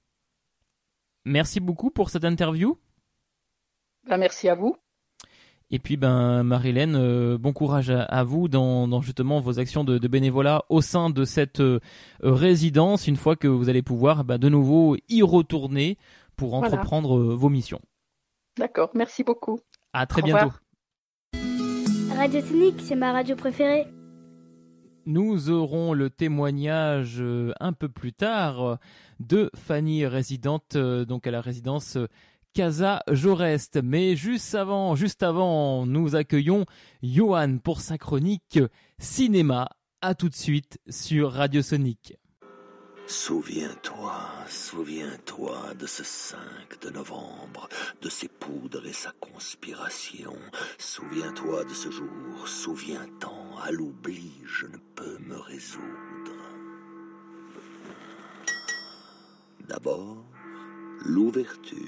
Merci beaucoup pour cette interview. Merci à vous. Et puis, Marie-Hélène, bon courage à vous dans justement vos actions de bénévolat au sein de cette résidence, une fois que vous allez pouvoir de nouveau y retourner pour entreprendre vos missions. D'accord, merci beaucoup. À très bientôt. Radio Tonique, c'est ma radio préférée. Nous aurons le témoignage un peu plus tard de Fanny, résidente donc à la résidence Casa Jaurès. Mais juste avant, nous accueillons Johan pour sa chronique cinéma. À tout de suite sur Radio Sonic. Souviens-toi de ce 5 de novembre, de ses poudres et sa conspiration. Souviens-toi de ce jour, souviens-t'en, à l'oubli je ne peux me résoudre. D'abord, l'ouverture.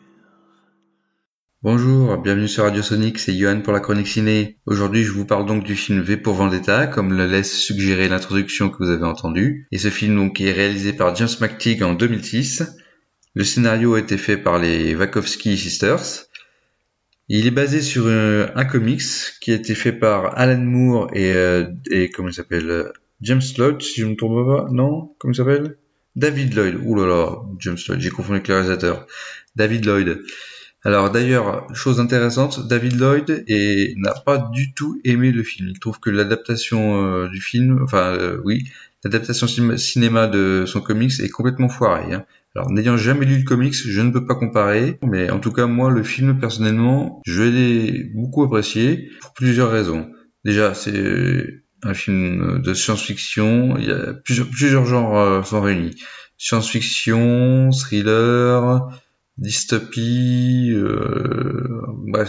Bonjour, bienvenue sur Radio Sonic, c'est Johan pour la chronique ciné. Aujourd'hui, je vous parle donc du film V pour Vendetta, comme le laisse suggérer l'introduction que vous avez entendue. Et ce film donc est réalisé par James McTeague en 2006. Le scénario a été fait par les Wachowski Sisters. Il est basé sur un comics qui a été fait par Alan Moore et comment il s'appelle, James Lloyd, si je ne me trompe pas, non? Comment il s'appelle? David Lloyd. Ouh là là, James Lloyd, j'ai confondu avec le réalisateur. David Lloyd. Alors d'ailleurs, chose intéressante, David Lloyd n'a pas du tout aimé le film. Il trouve que l'adaptation du film, l'adaptation cinéma de son comics est complètement foirée. Hein. Alors n'ayant jamais lu le comics, je ne peux pas comparer, mais en tout cas moi le film personnellement, je l'ai beaucoup apprécié pour plusieurs raisons. Déjà, c'est un film de science-fiction, il y a plusieurs genres sont réunis. science-fiction, thriller, dystopie, bref,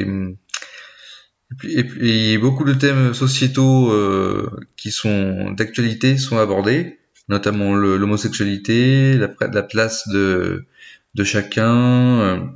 et puis beaucoup de thèmes sociétaux qui sont d'actualité sont abordés, notamment l'homosexualité, la place de chacun.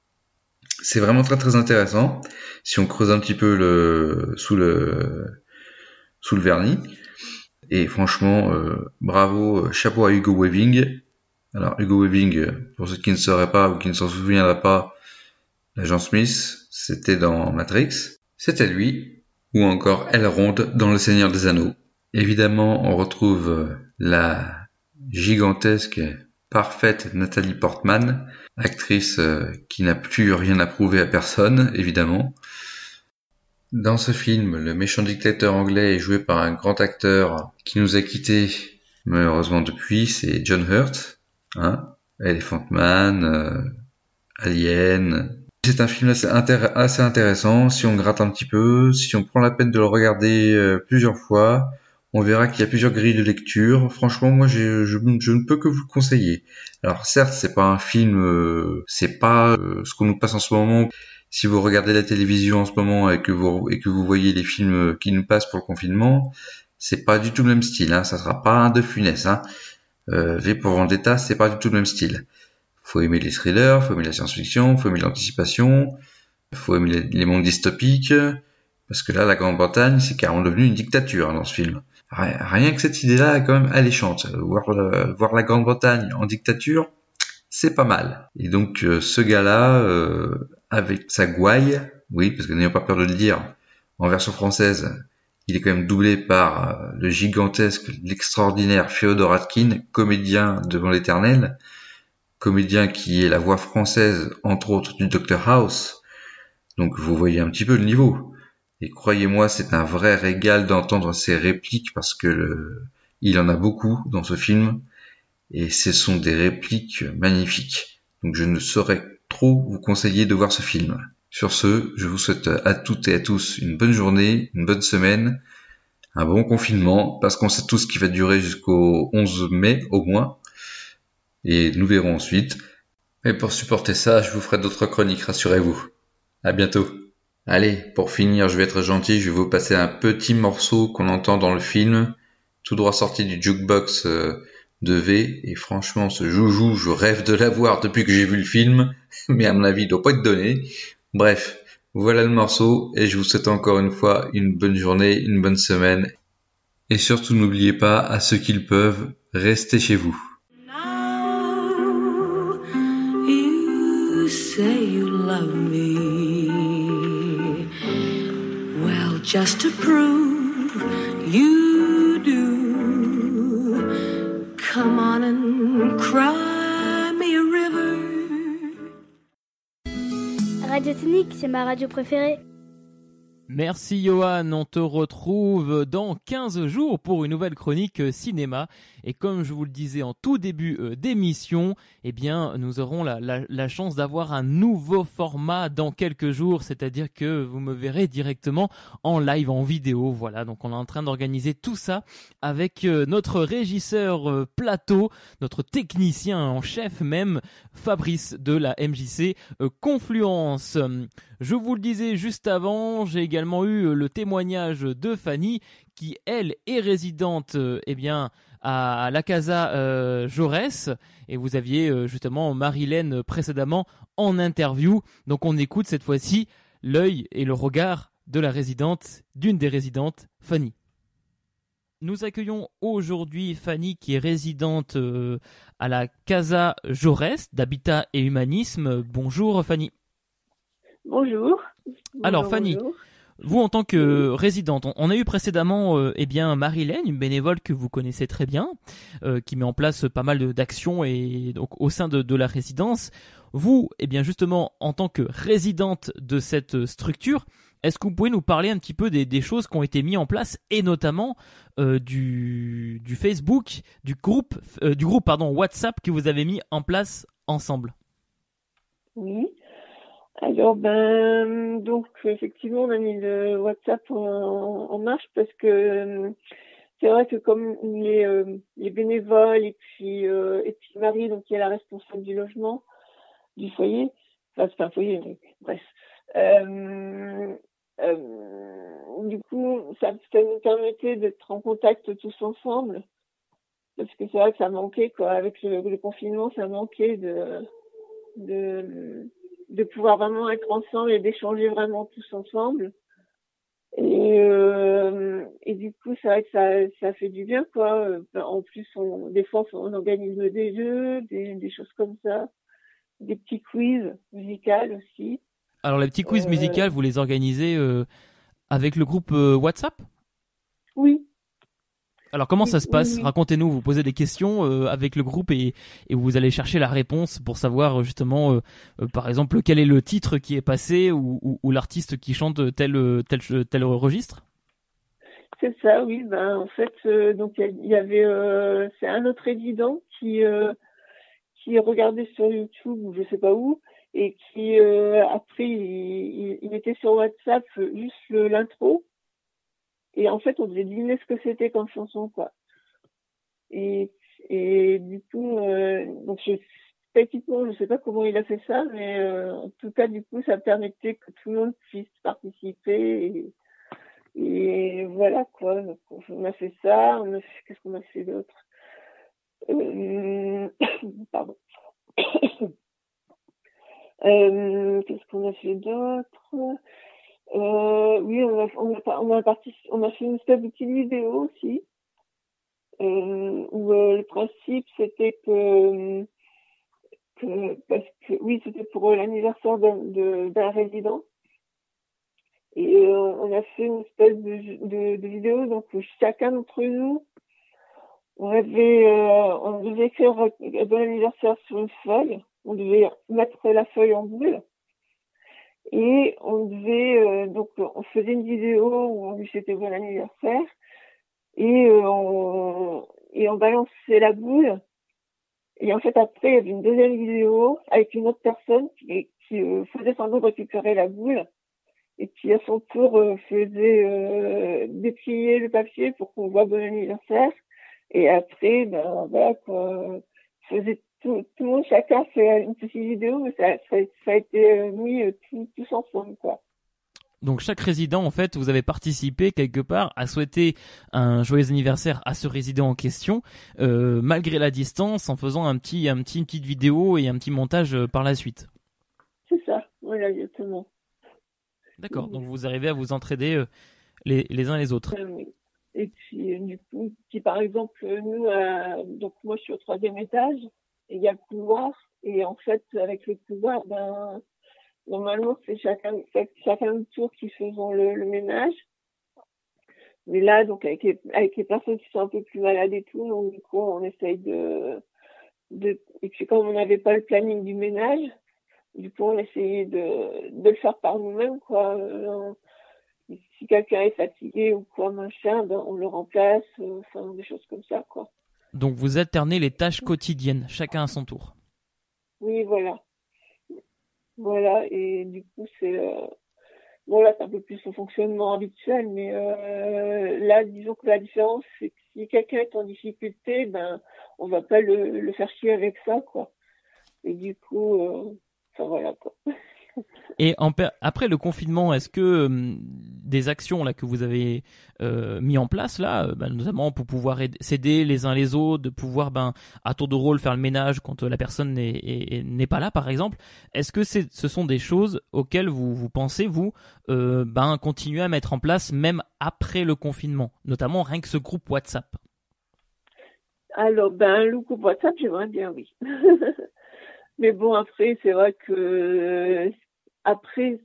C'est vraiment très très intéressant si on creuse un petit peu sous le vernis. Et franchement, bravo, chapeau à Hugo Weaving. Alors Hugo Weaving, pour ceux qui ne sauraient pas ou qui ne s'en souviendraient pas, l'agent Smith, c'était dans Matrix, c'était lui, ou encore Elrond dans Le Seigneur des Anneaux. Évidemment, on retrouve la gigantesque, parfaite Nathalie Portman, actrice qui n'a plus rien à prouver à personne, évidemment. Dans ce film, le méchant dictateur anglais est joué par un grand acteur qui nous a quittés malheureusement depuis, c'est John Hurt, Elephant Man, Alien. C'est un film assez intéressant, si on gratte un petit peu, si on prend la peine de le regarder plusieurs fois, on verra qu'il y a plusieurs grilles de lecture. Franchement, moi, je ne peux que vous le conseiller. Alors certes, c'est pas un film, c'est pas ce qu'on nous passe en ce moment. Si vous regardez la télévision en ce moment et que vous voyez les films qui nous passent pour le confinement, c'est pas du tout le même style. Ça sera pas un De Funès. V pour Vendetta, c'est pas du tout le même style. Faut aimer les thrillers, faut aimer la science-fiction, faut aimer l'anticipation, faut aimer les mondes dystopiques. Parce que là, la Grande-Bretagne, c'est carrément devenu une dictature dans ce film. Rien que cette idée-là est quand même alléchante. Voir la Grande-Bretagne en dictature, c'est pas mal. Et donc, ce gars-là, avec sa gouaille, oui, parce que n'ayons pas peur de le dire, en version française, il est quand même doublé par le gigantesque, l'extraordinaire Féodor Atkin, comédien devant l'éternel, comédien qui est la voix française, entre autres, du Dr House. Donc, vous voyez un petit peu le niveau. Et croyez-moi, c'est un vrai régal d'entendre ses répliques parce que il en a beaucoup dans ce film et ce sont des répliques magnifiques. Donc je ne saurais trop vous conseiller de voir ce film. Sur ce, je vous souhaite à toutes et à tous une bonne journée, une bonne semaine, un bon confinement parce qu'on sait tous qu'il va durer jusqu'au 11 mai au moins et nous verrons ensuite. Et pour supporter ça, je vous ferai d'autres chroniques, rassurez-vous. À bientôt. Allez, pour finir, je vais être gentil, je vais vous passer un petit morceau qu'on entend dans le film, tout droit sorti du jukebox de V, et franchement, ce joujou, je rêve de l'avoir depuis que j'ai vu le film, mais à mon avis, il doit pas être donné. Bref, voilà le morceau, et je vous souhaite encore une fois une bonne journée, une bonne semaine, et surtout n'oubliez pas, à ceux qui le peuvent, restez chez vous. Now you say you love me. Well, just to prove you do, come on and cry me a river. Radio Tonique, c'est ma radio préférée. Merci Johan, on te retrouve dans 15 jours pour une nouvelle chronique cinéma. Et comme je vous le disais en tout début d'émission, eh bien nous aurons la chance d'avoir un nouveau format dans quelques jours, c'est-à-dire que vous me verrez directement en live, en vidéo. Voilà, donc on est en train d'organiser tout ça avec notre régisseur plateau, notre technicien en chef même, Fabrice de la MJC Confluence. Je vous le disais juste avant, j'ai également eu le témoignage de Fanny qui, elle, est résidente à la Casa Jaurès. Et vous aviez justement Marilène précédemment en interview. Donc on écoute cette fois-ci l'œil et le regard de la résidente, d'une des résidentes, Fanny. Nous accueillons aujourd'hui Fanny qui est résidente à la Casa Jaurès d'Habitat et Humanisme. Bonjour Fanny. Bonjour. Alors Fanny, bonjour. Vous en tant que résidente, on a eu précédemment Marilène, une bénévole que vous connaissez très bien, qui met en place pas mal d'actions et donc au sein de la résidence. Vous, justement, en tant que résidente de cette structure, est-ce que vous pouvez nous parler un petit peu des choses qui ont été mises en place et notamment du Facebook, du groupe WhatsApp que vous avez mis en place ensemble? Oui. Alors, donc, effectivement, on a mis le WhatsApp en marche parce que c'est vrai que comme les bénévoles et puis Marie, donc qui est la responsable du logement, du foyer, enfin c'est un foyer, mais bref. Du coup, ça nous permettait d'être en contact tous ensemble, parce que c'est vrai que ça manquait, quoi. Avec le confinement, ça manquait de pouvoir vraiment être ensemble et d'échanger vraiment tous ensemble. Et du coup, c'est vrai que ça fait du bien, quoi. En plus, des fois, on organise des jeux, des choses comme ça, des petits quiz musicaux aussi. Alors les petits quiz musicaux, vous les organisez avec le groupe WhatsApp ? Oui. Alors comment ça se passe ? Oui. Racontez-nous, vous posez des questions avec le groupe et vous allez chercher la réponse pour savoir justement, par exemple, quel est le titre qui est passé ou l'artiste qui chante tel registre ? C'est ça, oui. Ben en fait, donc il y avait c'est un autre résident qui regardait sur YouTube ou je sais pas où et qui après il était sur WhatsApp juste l'intro. Et en fait, on devait deviner ce que c'était comme chanson, quoi. Et du coup, donc techniquement, je sais pas comment il a fait ça, mais en tout cas, du coup, ça permettait que tout le monde puisse participer. Et voilà, quoi. Donc, on a fait ça. Qu'est-ce qu'on a fait d'autre ? Pardon. Qu'est-ce qu'on a fait d'autre ? Oui, on a fait une espèce de petite vidéo aussi, où le principe c'était parce que oui, c'était pour l'anniversaire d'un résident, et on a fait une espèce de vidéo, donc chacun d'entre nous, on devait écrire bon anniversaire sur une feuille, on devait mettre la feuille en boule. Et on devait donc on faisait une vidéo où on lui souhaitait bon anniversaire et on balançait la boule. Et en fait après il y avait une deuxième vidéo avec une autre personne qui faisait semblant de récupérer la boule et qui à son tour faisait déplier le papier pour qu'on voit bon anniversaire. Et après ben voilà quoi, faisait tout le monde, chacun fait une petite vidéo, mais ça a été mis tous ensemble, quoi. Donc chaque résident, en fait, vous avez participé quelque part à souhaiter un joyeux anniversaire à ce résident en question, malgré la distance, en faisant une petite vidéo et un petit montage par la suite. C'est ça, voilà, exactement. D'accord, donc vous arrivez à vous entraider les uns les autres. Oui. Et puis du coup, si par exemple nous, donc moi je suis au 3e étage, et il y a le couloir, et en fait avec le couloir, ben normalement c'est chacun de tour qui faisons le ménage. Mais là donc avec les personnes qui sont un peu plus malades et tout, donc du coup on essaye et puis comme on n'avait pas le planning du ménage, du coup on essayait de le faire par nous-mêmes, quoi. Si quelqu'un est fatigué ou quoi, machin, ben on le remplace, enfin des choses comme ça, quoi. Donc vous alternez les tâches quotidiennes, chacun à son tour. Oui, voilà. Voilà, et du coup c'est bon là c'est un peu plus son fonctionnement habituel, mais là disons que la différence c'est que si quelqu'un est en difficulté, ben on va pas le faire chier avec ça, quoi. Et du coup enfin voilà, quoi. Et après le confinement, est-ce que des actions là que vous avez mis en place là, notamment pour pouvoir s'aider les uns les autres, de pouvoir à tour de rôle faire le ménage quand la personne n'est pas là par exemple, est-ce que ce sont des choses auxquelles vous pensez vous continuer à mettre en place même après le confinement, notamment rien que ce groupe WhatsApp? Alors le groupe WhatsApp, j'aimerais bien, oui. Mais bon, après c'est vrai que après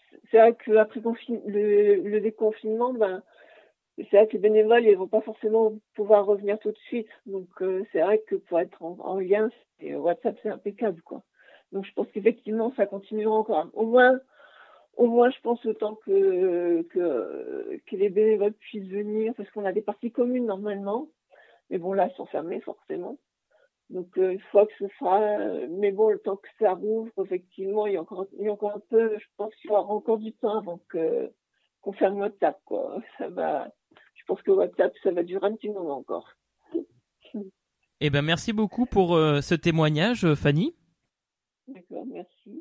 le déconfinement, c'est vrai que les bénévoles, ils vont pas forcément pouvoir revenir tout de suite. Donc, c'est vrai que pour être en lien, WhatsApp, c'est impeccable, quoi. Donc, je pense qu'effectivement, ça continuera encore. Au moins, je pense autant que les bénévoles puissent venir, parce qu'on a des parties communes normalement. Mais bon, là, elles sont fermées, forcément. Donc, une fois que ce sera, mais bon, le temps que ça rouvre, effectivement, il y a encore un peu, je pense qu'il y aura encore du temps avant qu'on ferme WhatsApp, quoi. Je pense que WhatsApp, ça va durer un petit moment encore. Eh ben, merci beaucoup pour ce témoignage, Fanny. D'accord, merci.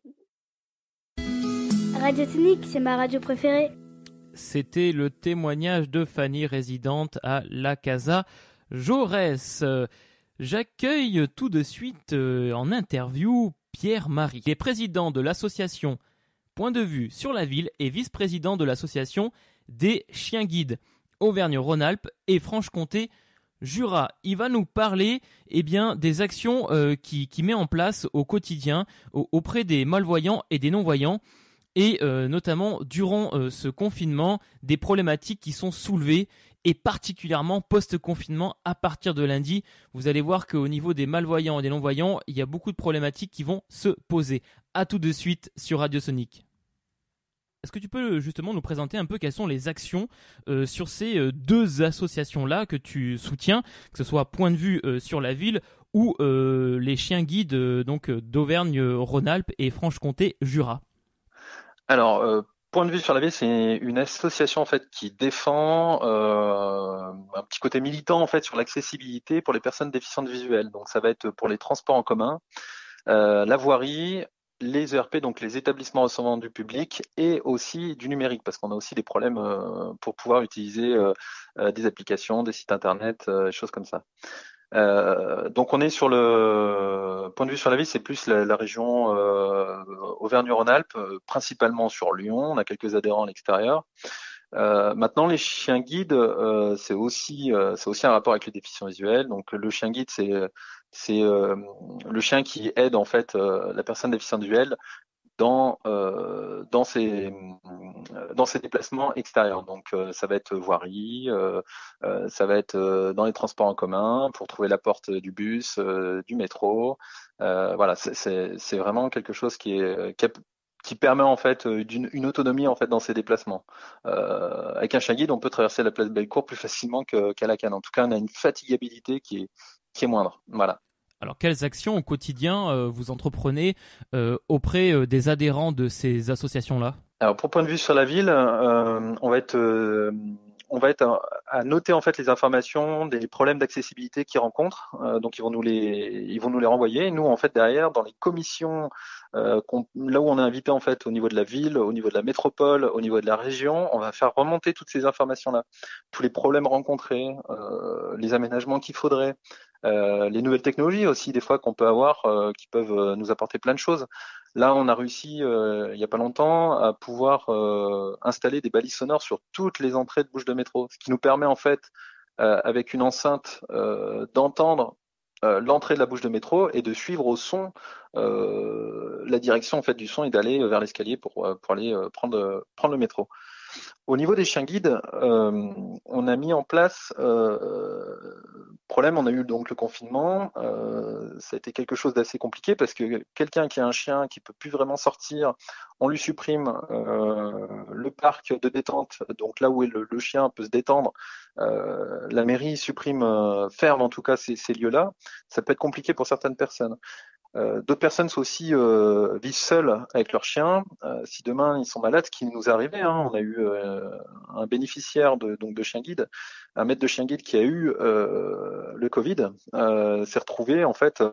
Radio Sonic, c'est ma radio préférée. C'était le témoignage de Fanny, résidente à La Casa Jaurès. J'accueille tout de suite en interview Pierre-Marie, qui est président de l'association Point de vue sur la ville et vice-président de l'association des chiens guides Auvergne-Rhône-Alpes et Franche-Comté Jura. Il va nous parler des actions qu'il met en place au quotidien auprès des malvoyants et des non-voyants et notamment durant ce confinement, des problématiques qui sont soulevées et particulièrement post-confinement à partir de lundi. Vous allez voir qu'au niveau des malvoyants et des non-voyants, il y a beaucoup de problématiques qui vont se poser. À tout de suite sur Radio Sonic. Est-ce que tu peux justement nous présenter un peu quelles sont les actions sur ces deux associations-là que tu soutiens, que ce soit Point de vue sur la ville ou les chiens guides d'Auvergne-Rhône-Alpes et Franche-Comté Jura? Alors, Point de vue sur la ville, c'est une association en fait qui défend un petit côté militant en fait sur l'accessibilité pour les personnes déficientes visuelles. Donc ça va être pour les transports en commun, la voirie, les ERP, donc les établissements recevant du public, et aussi du numérique, parce qu'on a aussi des problèmes pour pouvoir utiliser des applications, des sites internet, des choses comme ça. Donc on est sur le Point de vue sur la ville, c'est plus la région Auvergne-Rhône-Alpes, principalement sur Lyon. On a quelques adhérents à l'extérieur. Maintenant, les chiens guides, c'est aussi un rapport avec les déficients visuels. Donc le chien guide, c'est le chien qui aide en fait la personne déficiente visuelle dans ses déplacements extérieurs. Donc ça va être voirie, ça va être dans les transports en commun pour trouver la porte du bus, du métro. Voilà, c'est vraiment quelque chose qui permet en fait une autonomie en fait dans ses déplacements. Avec un chien guide, on peut traverser la place Bellecour plus facilement qu'à la canne. En tout cas, on a une fatigabilité qui est moindre. Voilà. Alors, quelles actions au quotidien vous entreprenez auprès des adhérents de ces associations-là? Alors, pour Point de vue sur la ville, on va être à noter en fait les informations des problèmes d'accessibilité qu'ils rencontrent. Donc, ils vont nous les renvoyer. Et nous, en fait, derrière, dans les commissions, là où on est invité en fait au niveau de la ville, au niveau de la métropole, au niveau de la région, on va faire remonter toutes ces informations-là, tous les problèmes rencontrés, les aménagements qu'il faudrait. Les nouvelles technologies aussi, des fois qu'on peut avoir, qui peuvent nous apporter plein de choses. Là, on a réussi, il y a pas longtemps, à pouvoir installer des balises sonores sur toutes les entrées de bouches de métro, ce qui nous permet en fait, avec une enceinte, d'entendre l'entrée de la bouche de métro et de suivre au son la direction en fait du son et d'aller vers l'escalier pour aller prendre le métro. Au niveau des chiens guides, on a mis en place problème, on a eu donc le confinement, ça a été quelque chose d'assez compliqué parce que quelqu'un qui a un chien qui peut plus vraiment sortir, on lui supprime le parc de détente, donc là où le chien peut se détendre, la mairie ferme en tout cas ces lieux-là, ça peut être compliqué pour certaines personnes. D'autres personnes sont aussi vivent seules avec leurs chiens. Si demain ils sont malades, ce qui nous est arrivé, hein, on a eu un bénéficiaire de chien guide, un maître de chien guide qui a eu le Covid, s'est retrouvé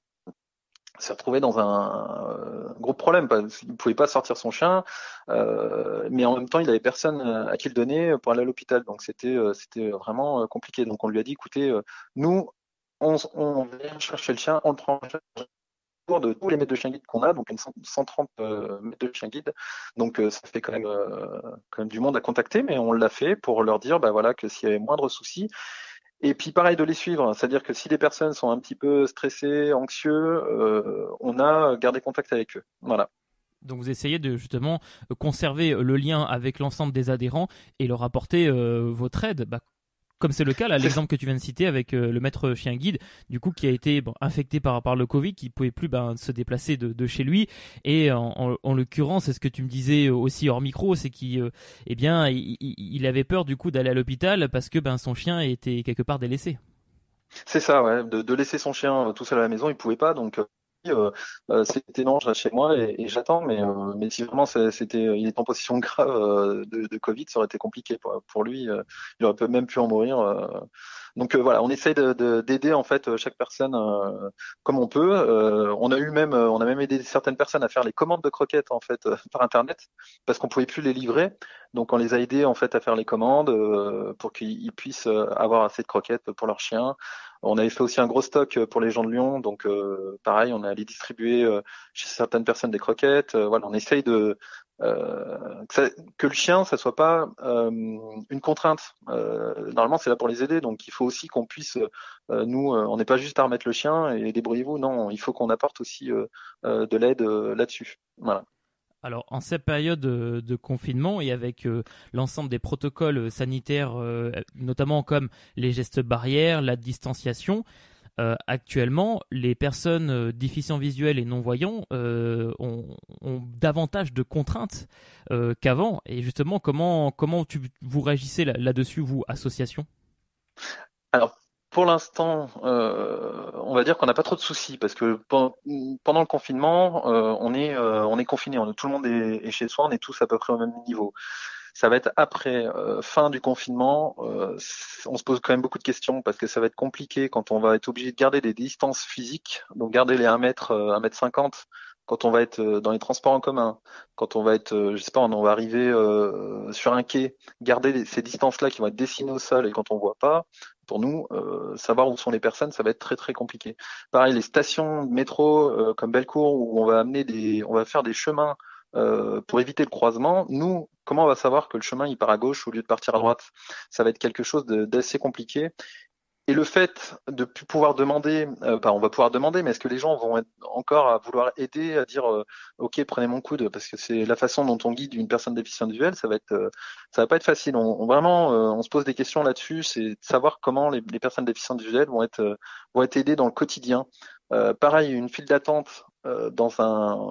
dans un gros problème. Il ne pouvait pas sortir son chien, mais en même temps, il avait personne à qui le donner pour aller à l'hôpital. Donc c'était vraiment compliqué. Donc on lui a dit, écoutez, nous, on vient chercher le chien, on le prend en charge de tous les maîtres de chien guide qu'on a, donc une 130 maîtres de chien guide. Donc ça fait quand même du monde à contacter, mais on l'a fait pour leur dire voilà, que s'il y avait moindre souci. Et puis pareil de les suivre, c'est-à-dire que si les personnes sont un petit peu stressées, anxieux, on a gardé contact avec eux. Voilà. Donc vous essayez de justement conserver le lien avec l'ensemble des adhérents et leur apporter votre aide. Comme c'est le cas, là, l'exemple que tu viens de citer avec le maître chien guide, du coup, qui a été infecté par le Covid, qui pouvait plus se déplacer de chez lui. Et en l'occurrence, c'est ce que tu me disais aussi hors micro, c'est qu'il il avait peur du coup d'aller à l'hôpital parce que son chien était quelque part délaissé. C'est ça, ouais, de laisser son chien tout seul à la maison, il pouvait pas. Donc c'était non, je reste chez moi et j'attends. Mais si vraiment il est en position grave de Covid, ça aurait été compliqué pour lui. Il aurait même pu en mourir. Donc voilà, on essaye d'aider en fait chaque personne comme on peut. On a même aidé certaines personnes à faire les commandes de croquettes en fait par internet parce qu'on pouvait plus les livrer. Donc on les a aidés en fait à faire les commandes pour qu'ils puissent avoir assez de croquettes pour leurs chiens. On avait fait aussi un gros stock pour les gens de Lyon, donc pareil, on est allé distribuer chez certaines personnes des croquettes. Voilà, on essaye que le chien, ça soit pas une contrainte. Normalement, c'est là pour les aider, donc il faut aussi qu'on puisse, nous, on n'est pas juste à remettre le chien et débrouillez-vous. Non, il faut qu'on apporte aussi de l'aide là-dessus. Voilà. Alors, en cette période de confinement et avec l'ensemble des protocoles sanitaires, notamment comme les gestes barrières, la distanciation, actuellement, les personnes déficients visuels et non-voyants ont davantage de contraintes qu'avant. Et justement, comment vous réagissez là-dessus, vous, association ? Alors, pour l'instant, on va dire qu'on n'a pas trop de soucis parce que pendant le confinement, on est confinés, tout le monde est chez soi, on est tous à peu près au même niveau. Ça va être après fin du confinement, on se pose quand même beaucoup de questions parce que ça va être compliqué quand on va être obligé de garder des distances physiques, donc garder les 1 mètre, 1,50 m, quand on va être dans les transports en commun, quand on va être, je sais pas, on va arriver sur un quai, garder ces distances-là qui vont être dessinées au sol et quand on voit pas, pour nous, savoir où sont les personnes, ça va être très très compliqué. Pareil, les stations de métro comme Bellecour où on va faire des chemins pour éviter le croisement. Nous, comment on va savoir que le chemin il part à gauche au lieu de partir à droite? Ça va être quelque chose d'assez compliqué. Et le fait de plus pouvoir demander, on va pouvoir demander, mais est-ce que les gens vont être encore à vouloir aider, à dire ok, prenez mon coude, parce que c'est la façon dont on guide une personne déficiente visuelle, ça va pas être facile. On se pose des questions là-dessus, c'est de savoir comment les personnes déficientes visuelles vont être aidées dans le quotidien. Pareil, une file d'attente dans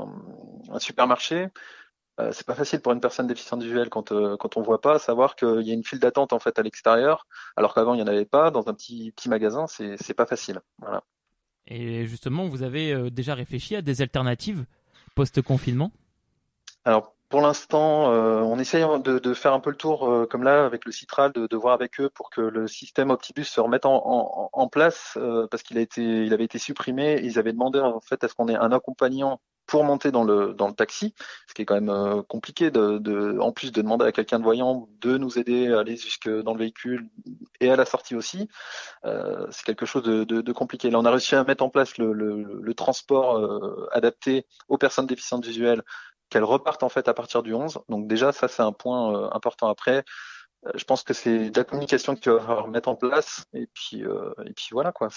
un supermarché. C'est pas facile pour une personne déficiente visuelle quand on voit pas, savoir qu'il y a une file d'attente en fait à l'extérieur, alors qu'avant il y en avait pas dans un petit magasin, c'est pas facile. Voilà. Et justement, vous avez déjà réfléchi à des alternatives post-confinement ? Alors pour l'instant, on essaye de faire un peu le tour, comme là avec le Citral, de voir avec eux pour que le système Optibus se remette en place, parce il avait été supprimé. Ils avaient demandé en fait à ce qu'on ait un accompagnant pour monter dans le taxi, ce qui est quand même compliqué en plus de demander à quelqu'un de voyant de nous aider à aller jusque dans le véhicule et à la sortie aussi. C'est quelque chose de compliqué. Là, on a réussi à mettre en place le transport adapté aux personnes déficientes visuelles, qu'elles repartent en fait à partir du 11. Donc déjà, ça c'est un point important. Après, je pense que c'est de la communication qu'il va falloir mettre en place. Et puis voilà quoi.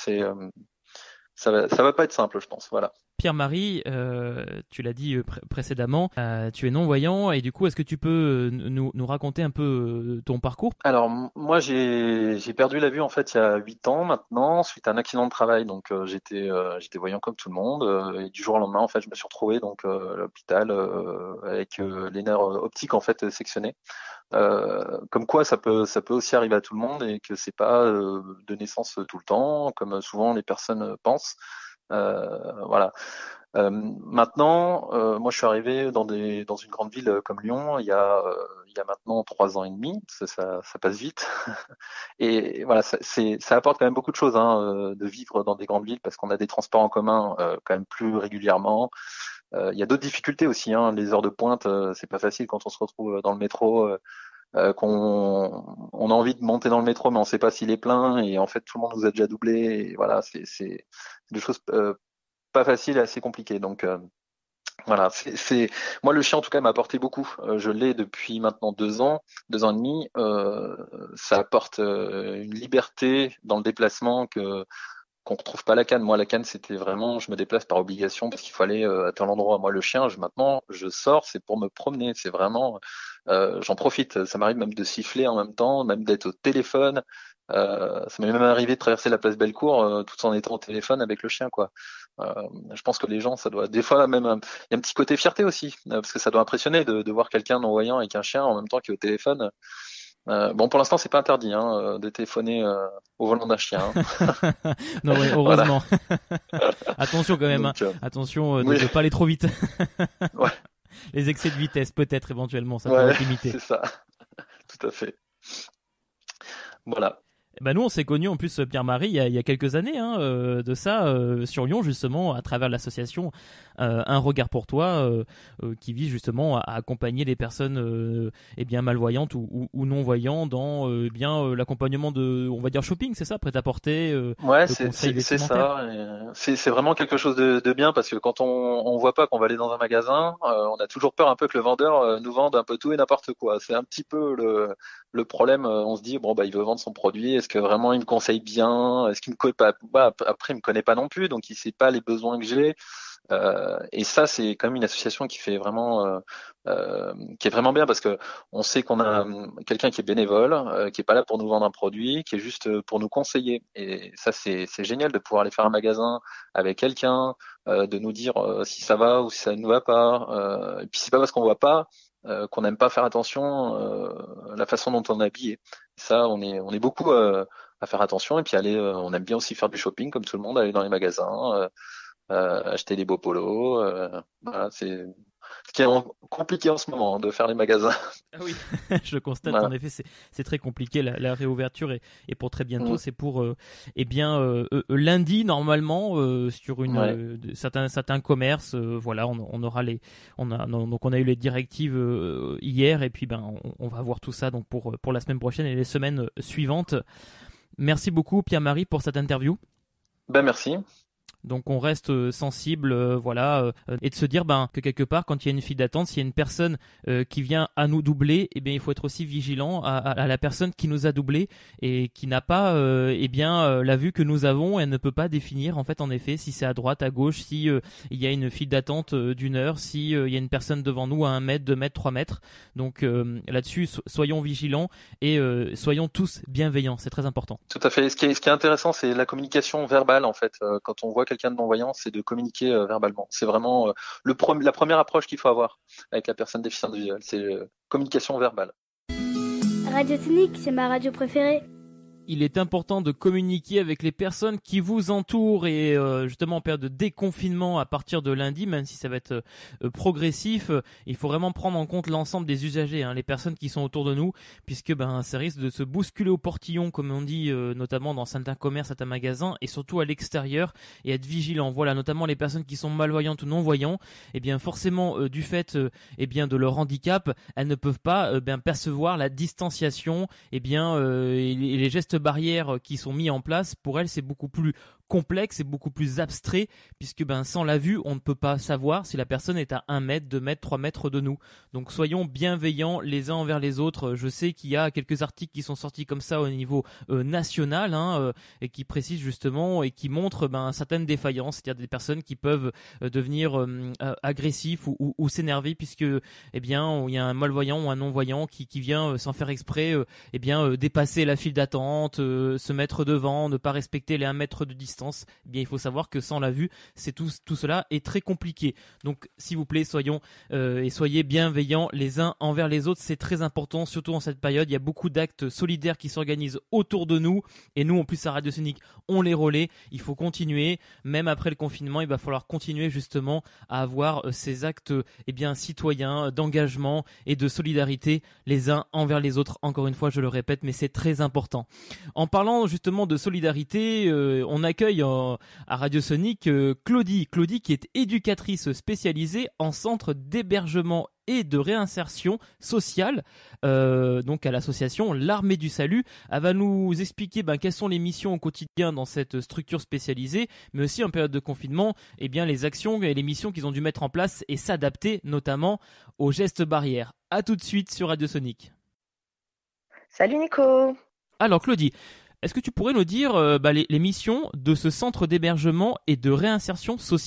Ça va pas être simple, je pense. Voilà. Pierre-Marie, tu l'as dit précédemment, tu es non-voyant et du coup, est-ce que tu peux nous raconter un peu ton parcours ? Alors, moi, j'ai perdu la vue en fait il y a 8 ans maintenant, suite à un accident de travail. Donc, j'étais voyant comme tout le monde et du jour au lendemain, en fait, je me suis retrouvé donc à l'hôpital avec les nerfs optiques en fait sectionnés. Comme quoi, ça peut aussi arriver à tout le monde et que c'est pas de naissance tout le temps, comme souvent les personnes pensent. Voilà. Maintenant, moi, je suis arrivé dans une grande ville comme Lyon il y a maintenant 3 ans et demi. Ça passe vite. Et voilà, ça apporte quand même beaucoup de choses de vivre dans des grandes villes parce qu'on a des transports en commun quand même plus régulièrement. Il y a d'autres difficultés aussi. Les heures de pointe, c'est pas facile quand on se retrouve dans le métro. On a envie de monter dans le métro, mais on sait pas s'il est plein et en fait tout le monde nous a déjà doublé. Et voilà, c'est des choses pas faciles et assez compliquées. Donc voilà, moi le chien en tout cas m'a apporté beaucoup. Je l'ai depuis maintenant 2 ans et demi. Ça apporte une liberté dans le déplacement qu'on retrouve pas à la canne. Moi, la canne, c'était vraiment, je me déplace par obligation parce qu'il faut aller à tel endroit. Moi, le chien, maintenant, je sors, c'est pour me promener. C'est vraiment, j'en profite. Ça m'arrive même de siffler en même temps, même d'être au téléphone. Ça m'est même arrivé de traverser la place Bellecour tout en étant au téléphone avec le chien, quoi. Je pense que les gens, ça doit, des fois même, il y a un petit côté fierté aussi, parce que ça doit impressionner de voir quelqu'un non-voyant avec un chien en même temps qu'il est au téléphone. Bon, pour l'instant, c'est pas interdit de téléphoner au volant d'un chien. Non, ouais, heureusement. Attention quand même. Donc, attention de ne pas aller trop vite. Ouais. Les excès de vitesse, peut-être éventuellement, ça pourrait être limité. C'est ça. Tout à fait. Voilà. Ben nous, on s'est connus en plus, Pierre-Marie, il y a quelques années de ça, sur Lyon, justement, à travers l'association Un Regard pour Toi, qui vise justement à accompagner les personnes malvoyantes ou non-voyantes dans l'accompagnement de, on va dire, shopping, c'est ça, prêt-à-porter, ouais, c'est ça. C'est vraiment quelque chose de bien parce que quand on voit pas qu'on va aller dans un magasin, on a toujours peur un peu que le vendeur nous vende un peu tout et n'importe quoi. C'est un petit peu le problème. On se dit bon il veut vendre son produit. Est-ce que vraiment il me conseille bien? Est-ce qu'il me connaît pas? Après il me connaît pas non plus, donc il sait pas les besoins que j'ai. Et ça c'est quand même une association qui fait vraiment qui est vraiment bien parce que on sait qu'on a quelqu'un qui est bénévole, qui est pas là pour nous vendre un produit, qui est juste pour nous conseiller. Et ça c'est génial de pouvoir aller faire un magasin avec quelqu'un, de nous dire si ça va ou si ça ne va pas. Et puis c'est pas parce qu'on voit pas qu'on n'aime pas faire attention à la façon dont on est habillé. Ça, on est beaucoup à faire attention et puis on aime bien aussi faire du shopping comme tout le monde, aller dans les magasins, acheter des beaux polos. Voilà, c'est ce qui est compliqué en ce moment de faire les magasins. Ah oui, je constate en effet c'est très compliqué la réouverture et pour très bientôt c'est pour lundi normalement sur certains commerces voilà on a eu les directives hier et puis on va voir tout ça donc pour la semaine prochaine et les semaines suivantes. Merci beaucoup Pierre-Marie pour cette interview. Merci. Donc on reste sensible, et de se dire que quelque part, quand il y a une file d'attente, s'il y a une personne qui vient à nous doubler, il faut être aussi vigilant à la personne qui nous a doublé et qui n'a pas la vue que nous avons. Elle ne peut pas définir en effet si c'est à droite, à gauche, si il y a une file d'attente d'1 heure, si il y a une personne devant nous à 1 mètre, 2 mètres, 3 mètres. Donc là-dessus, soyons vigilants et soyons tous bienveillants. C'est très important. Tout à fait. Ce qui est intéressant, c'est la communication verbale en fait. Quand on voit quelqu'un de non-voyant, c'est de communiquer verbalement. C'est vraiment la première approche qu'il faut avoir avec la personne déficiente visuelle, c'est communication verbale. Radio Sonic, c'est ma radio préférée. Il est important de communiquer avec les personnes qui vous entourent et justement en période de déconfinement à partir de lundi, même si ça va être progressif, il faut vraiment prendre en compte l'ensemble des usagers, les personnes qui sont autour de nous, puisque ça risque de se bousculer au portillon, comme on dit, notamment dans certains commerces, certains magasins, et surtout à l'extérieur, et être vigilant. Voilà, notamment les personnes qui sont malvoyantes ou non-voyants, forcément du fait de leur handicap, elles ne peuvent pas percevoir la distanciation, et les gestes barrières qui sont mis en place, pour elles c'est beaucoup plus complexe et beaucoup plus abstrait puisque sans la vue on ne peut pas savoir si la personne est à 1 mètre, 2 mètres, 3 mètres de nous. Donc soyons bienveillants les uns envers les autres. Je sais qu'il y a quelques articles qui sont sortis comme ça au niveau national et qui précisent justement et qui montrent certaines défaillances, c'est-à-dire des personnes qui peuvent devenir agressifs ou s'énerver puisque il y a un malvoyant ou un non-voyant qui vient sans faire exprès dépasser la file d'attente, se mettre devant, ne pas respecter les 1 mètre de distance. Il faut savoir que sans la vue, tout cela est très compliqué. Donc, s'il vous plaît, soyez bienveillants les uns envers les autres. C'est très important, surtout en cette période. Il y a beaucoup d'actes solidaires qui s'organisent autour de nous. Et nous, en plus, à Radio Sonic, on les relaie. Il faut continuer. Même après le confinement, il va falloir continuer justement à avoir ces actes citoyens, d'engagement et de solidarité les uns envers les autres. Encore une fois, je le répète, mais c'est très important. En parlant justement de solidarité, on accueille à Radio Sonic Claudie qui est éducatrice spécialisée en centre d'hébergement et de réinsertion sociale donc à l'association L'Armée du Salut. Elle va nous expliquer quelles sont les missions au quotidien dans cette structure spécialisée, mais aussi en période de confinement, les actions et les missions qu'ils ont dû mettre en place et s'adapter notamment aux gestes barrières. À tout de suite sur Radio Sonic. Salut Nico. Alors Claudie, est-ce que tu pourrais nous dire les missions de ce centre d'hébergement et de réinsertion sociale ?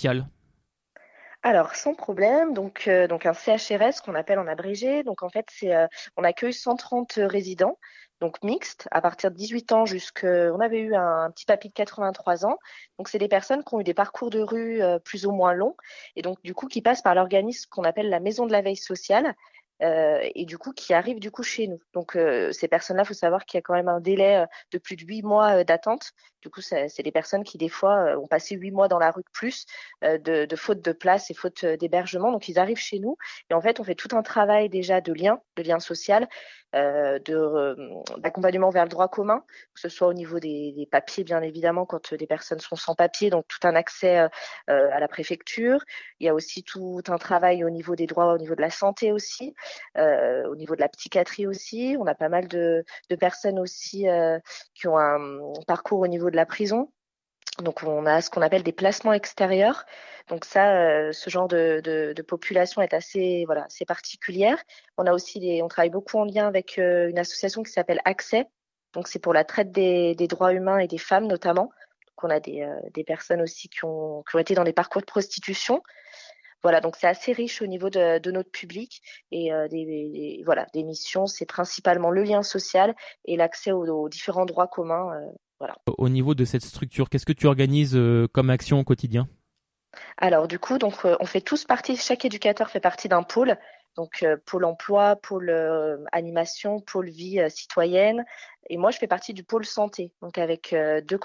Alors, sans problème, donc un CHRS qu'on appelle en abrégé. Donc en fait, on accueille 130 résidents, donc mixtes, à partir de 18 ans on avait eu un petit papy de 83 ans. Donc c'est des personnes qui ont eu des parcours de rue plus ou moins longs et donc du coup qui passent par l'organisme qu'on appelle la maison de la veille sociale, et du coup qui arrivent du coup chez nous. Donc ces personnes-là, il faut savoir qu'il y a quand même un délai de plus de 8 mois d'attente. Du coup, c'est des personnes qui des fois ont passé 8 mois dans la rue de plus de faute de place et faute d'hébergement. Donc ils arrivent chez nous et en fait on fait tout un travail déjà de lien social, d'accompagnement vers le droit commun, que ce soit au niveau des papiers bien évidemment quand les personnes sont sans papier, donc tout un accès à la préfecture. Il y a aussi tout un travail au niveau des droits, au niveau de la santé aussi, au niveau de la psychiatrie aussi. On a pas mal de personnes aussi qui ont un parcours au niveau de la prison. Donc on a ce qu'on appelle des placements extérieurs. Donc ça, ce genre de population est assez particulière. On a aussi on travaille beaucoup en lien avec une association qui s'appelle Accès. Donc c'est pour la traite des droits humains et des femmes notamment. Donc on a des personnes aussi qui ont été dans des parcours de prostitution. Voilà, donc c'est assez riche au niveau de notre public et des missions, c'est principalement le lien social et l'accès aux différents droits communs. Voilà. Au niveau de cette structure, qu'est-ce que tu organises comme action au quotidien? Alors du coup, donc on fait tous partie, chaque éducateur fait partie d'un pôle. Donc pôle emploi, pôle animation, pôle vie citoyenne. Et moi, je fais partie du pôle santé, donc avec trois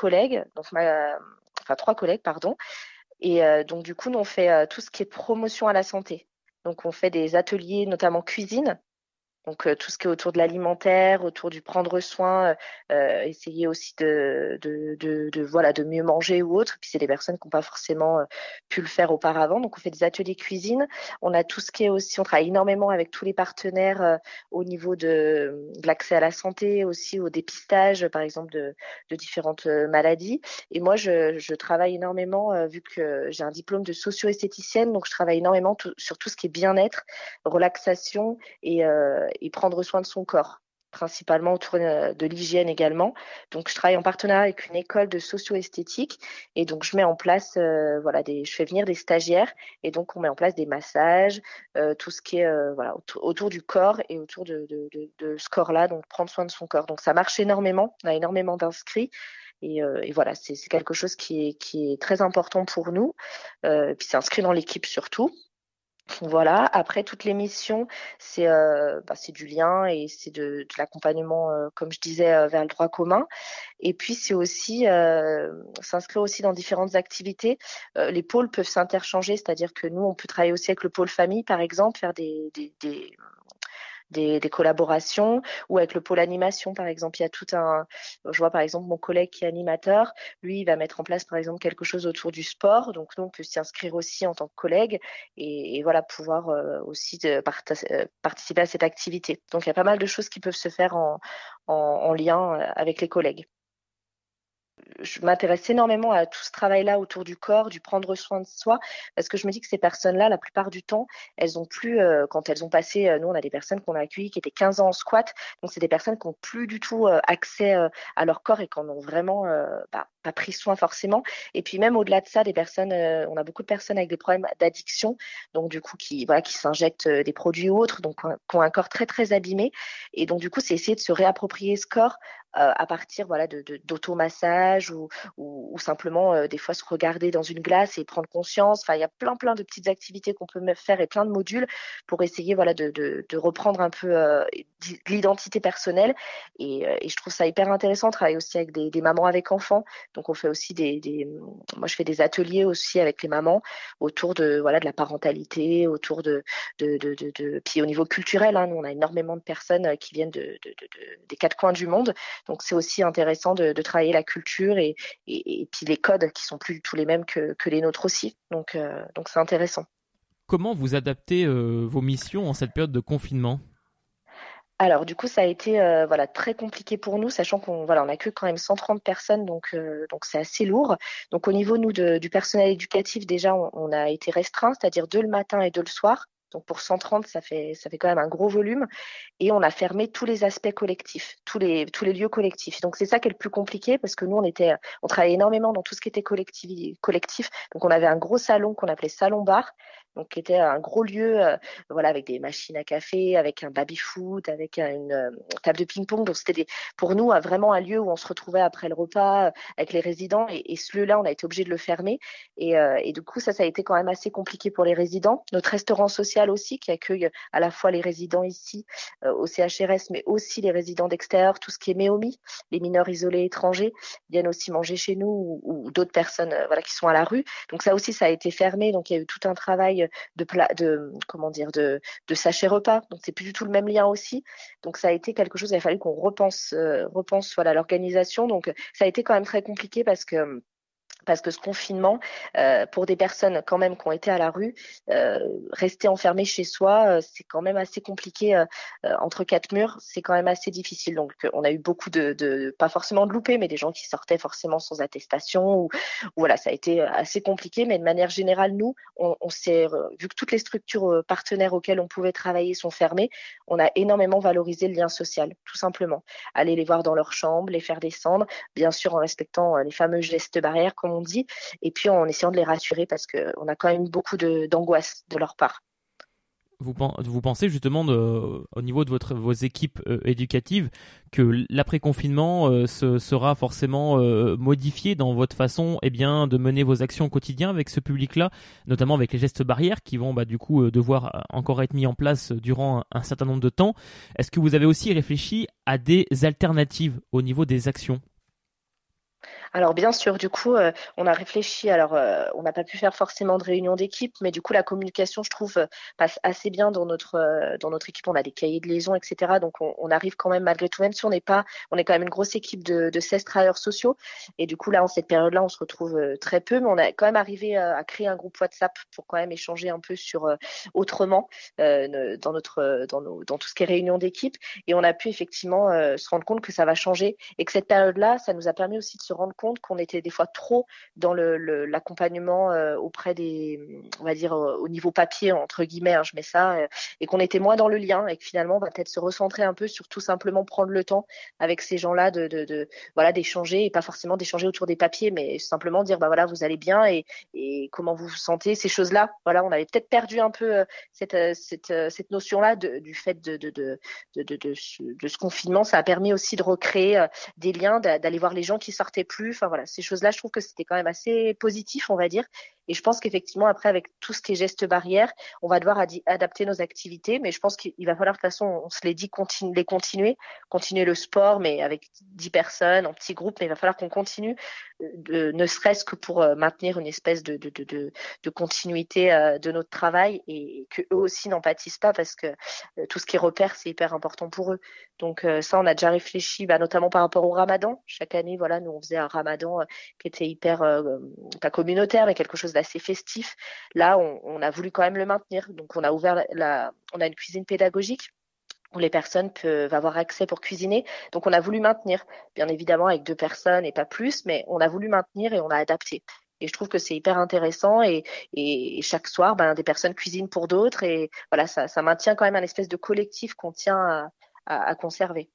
collègues, pardon. Et donc du coup, nous on fait tout ce qui est promotion à la santé. Donc on fait des ateliers, notamment cuisine. Donc tout ce qui est autour de l'alimentaire, autour du prendre soin, essayer aussi de mieux manger ou autre. Puis c'est des personnes qui n'ont pas forcément pu le faire auparavant. Donc on fait des ateliers cuisine. On a tout ce qui est aussi, on travaille énormément avec tous les partenaires au niveau de l'accès à la santé, aussi au dépistage, par exemple de différentes maladies. Et moi je travaille énormément vu que j'ai un diplôme de socio-esthéticienne, donc je travaille énormément sur tout ce qui est bien-être, relaxation et prendre soin de son corps, principalement autour de l'hygiène également. Donc, je travaille en partenariat avec une école de socio-esthétique et donc je mets en place, je fais venir des stagiaires et donc on met en place des massages, tout ce qui est autour du corps et autour de ce corps-là, donc prendre soin de son corps. Donc, ça marche énormément, on a énormément d'inscrits. Et voilà, c'est quelque chose qui est très important pour nous. Puis c'est inscrit dans l'équipe surtout. Voilà. Après, toutes les missions, c'est du lien et c'est de l'accompagnement, comme je disais, vers le droit commun. Et puis, c'est aussi s'inscrire aussi dans différentes activités. Les pôles peuvent s'interchanger, c'est-à-dire que nous, on peut travailler aussi avec le pôle famille, par exemple, faire des collaborations ou avec le pôle animation par exemple. Il y a je vois par exemple mon collègue qui est animateur, lui il va mettre en place par exemple quelque chose autour du sport, donc nous on peut s'y inscrire aussi en tant que collègue et voilà pouvoir aussi participer à cette activité. Donc il y a pas mal de choses qui peuvent se faire en lien avec les collègues. Je m'intéresse énormément à tout ce travail-là autour du corps, du prendre soin de soi, parce que je me dis que ces personnes-là, la plupart du temps, elles ont plus, quand elles ont passé, nous on a des personnes qu'on a accueillies qui étaient 15 ans en squat, donc c'est des personnes qui n'ont plus du tout accès à leur corps et qui en ont vraiment pas pris soin forcément. Et puis même au-delà de ça, des personnes, on a beaucoup de personnes avec des problèmes d'addiction, donc du coup qui s'injectent des produits ou autres, donc qui ont un corps très très abîmé, et donc du coup c'est essayer de se réapproprier ce corps à partir d'automassage ou simplement des fois se regarder dans une glace et prendre conscience. Enfin, il y a plein de petites activités qu'on peut faire et plein de modules pour essayer de reprendre un peu l'identité personnelle et je trouve ça hyper intéressant. On travaille aussi avec des mamans avec enfants, donc on fait aussi moi je fais des ateliers aussi avec les mamans autour de la parentalité, autour puis au niveau culturel, hein, nous on a énormément de personnes qui viennent des quatre coins du monde. Donc c'est aussi intéressant de travailler la culture et puis les codes qui sont plus du tout les mêmes que les nôtres aussi. Donc c'est intéressant. Comment vous adaptez vos missions en cette période de confinement ? Alors du coup ça a été très compliqué pour nous, sachant qu'on accueille quand même 130 personnes, donc c'est assez lourd. Donc au niveau nous du personnel éducatif déjà on a été restreint, c'est-à-dire 2 le matin et 2 le soir. Donc pour 130, ça fait quand même un gros volume. Et on a fermé tous les aspects collectifs, tous les lieux collectifs. Donc c'est ça qui est le plus compliqué parce que nous, on travaillait énormément dans tout ce qui était collectif. Donc on avait un gros salon qu'on appelait salon bar. donc qui était un gros lieu, voilà, avec des machines à café, avec un baby-foot, avec une table de ping-pong. Donc c'était pour nous vraiment un lieu où on se retrouvait après le repas avec les résidents. Et ce lieu-là, on a été obligé de le fermer. Et du coup, ça a été quand même assez compliqué pour les résidents. Notre restaurant social aussi, qui accueille à la fois les résidents ici au CHRS, mais aussi les résidents d'extérieur, tout ce qui est MEOMI, les mineurs isolés étrangers, viennent aussi manger chez nous ou d'autres personnes voilà, qui sont à la rue. Donc ça aussi, ça a été fermé. Donc il y a eu tout un travail de sachet repas. Donc c'est plus du tout le même lien aussi. Donc ça a été quelque chose, il a fallu qu'on repense voilà, l'organisation. Donc ça a été quand même très compliqué parce que ce confinement, pour des personnes quand même qui ont été à la rue, rester enfermé chez soi, c'est quand même assez compliqué entre quatre murs, c'est quand même assez difficile. Donc on a eu beaucoup de pas forcément de loupés, mais des gens qui sortaient forcément sans attestation ou voilà, ça a été assez compliqué. Mais de manière générale, nous, on s'est vu que toutes les structures partenaires auxquelles on pouvait travailler sont fermées, on a énormément valorisé le lien social, tout simplement. Aller les voir dans leur chambre, les faire descendre, bien sûr en respectant les fameux gestes barrières, comme on dit, et puis en essayant de les rassurer parce qu'on a quand même beaucoup d'angoisse de leur part. Vous pensez justement au niveau de vos équipes éducatives que l'après-confinement sera forcément modifié dans votre façon de mener vos actions au quotidien avec ce public-là, notamment avec les gestes barrières qui vont du coup devoir encore être mis en place durant un certain nombre de temps. Est-ce que vous avez aussi réfléchi à des alternatives au niveau des actions ? Alors bien sûr, du coup, on a réfléchi. Alors, on n'a pas pu faire forcément de réunion d'équipe, mais du coup, la communication, je trouve, passe assez bien dans notre équipe. On a des cahiers de liaison, etc. Donc, on arrive quand même malgré tout, même si on est quand même une grosse équipe de 16 travailleurs sociaux. Et du coup, là, en cette période-là, on se retrouve très peu, mais on a quand même arrivé à créer un groupe WhatsApp pour quand même échanger un peu sur autrement dans tout ce qui est réunion d'équipe. Et on a pu effectivement se rendre compte que ça va changer et que cette période-là, ça nous a permis aussi de se rendre compte qu'on était des fois trop dans l'accompagnement auprès on va dire au niveau papier entre guillemets, je mets ça, et qu'on était moins dans le lien et que finalement on va peut-être se recentrer un peu sur tout simplement prendre le temps avec ces gens-là voilà, d'échanger et pas forcément d'échanger autour des papiers, mais simplement dire voilà, vous allez bien et comment vous vous sentez, ces choses-là. Voilà, on avait peut-être perdu un peu cette notion-là du fait de ce confinement. Ça a permis aussi de recréer des liens, d'aller voir les gens qui sortaient plus. Enfin voilà, ces choses-là, je trouve que c'était quand même assez positif, on va dire. Et je pense qu'effectivement, après, avec tout ce qui est gestes barrières, on va devoir adapter nos activités. Mais je pense qu'il va falloir, de toute façon, on se l'est dit, continuer le sport, mais avec 10 personnes, en petits groupes. Mais il va falloir qu'on continue, ne serait-ce que pour maintenir une espèce de continuité de notre travail et que eux aussi n'en pâtissent pas parce que tout ce qui est repères, c'est hyper important pour eux. Donc ça, on a déjà réfléchi, notamment par rapport au Ramadan. Chaque année, voilà, nous on faisait un Ramadan qui était hyper pas communautaire, mais quelque chose d'assez festif. Là, on a voulu quand même le maintenir. Donc on a ouvert on a une cuisine pédagogique où les personnes peuvent avoir accès pour cuisiner. Donc on a voulu maintenir, bien évidemment avec 2 personnes et pas plus, mais on a voulu maintenir et on a adapté. Et je trouve que c'est hyper intéressant et chaque soir, des personnes cuisinent pour d'autres et voilà, ça maintient quand même un espèce de collectif qu'on tient à conserver.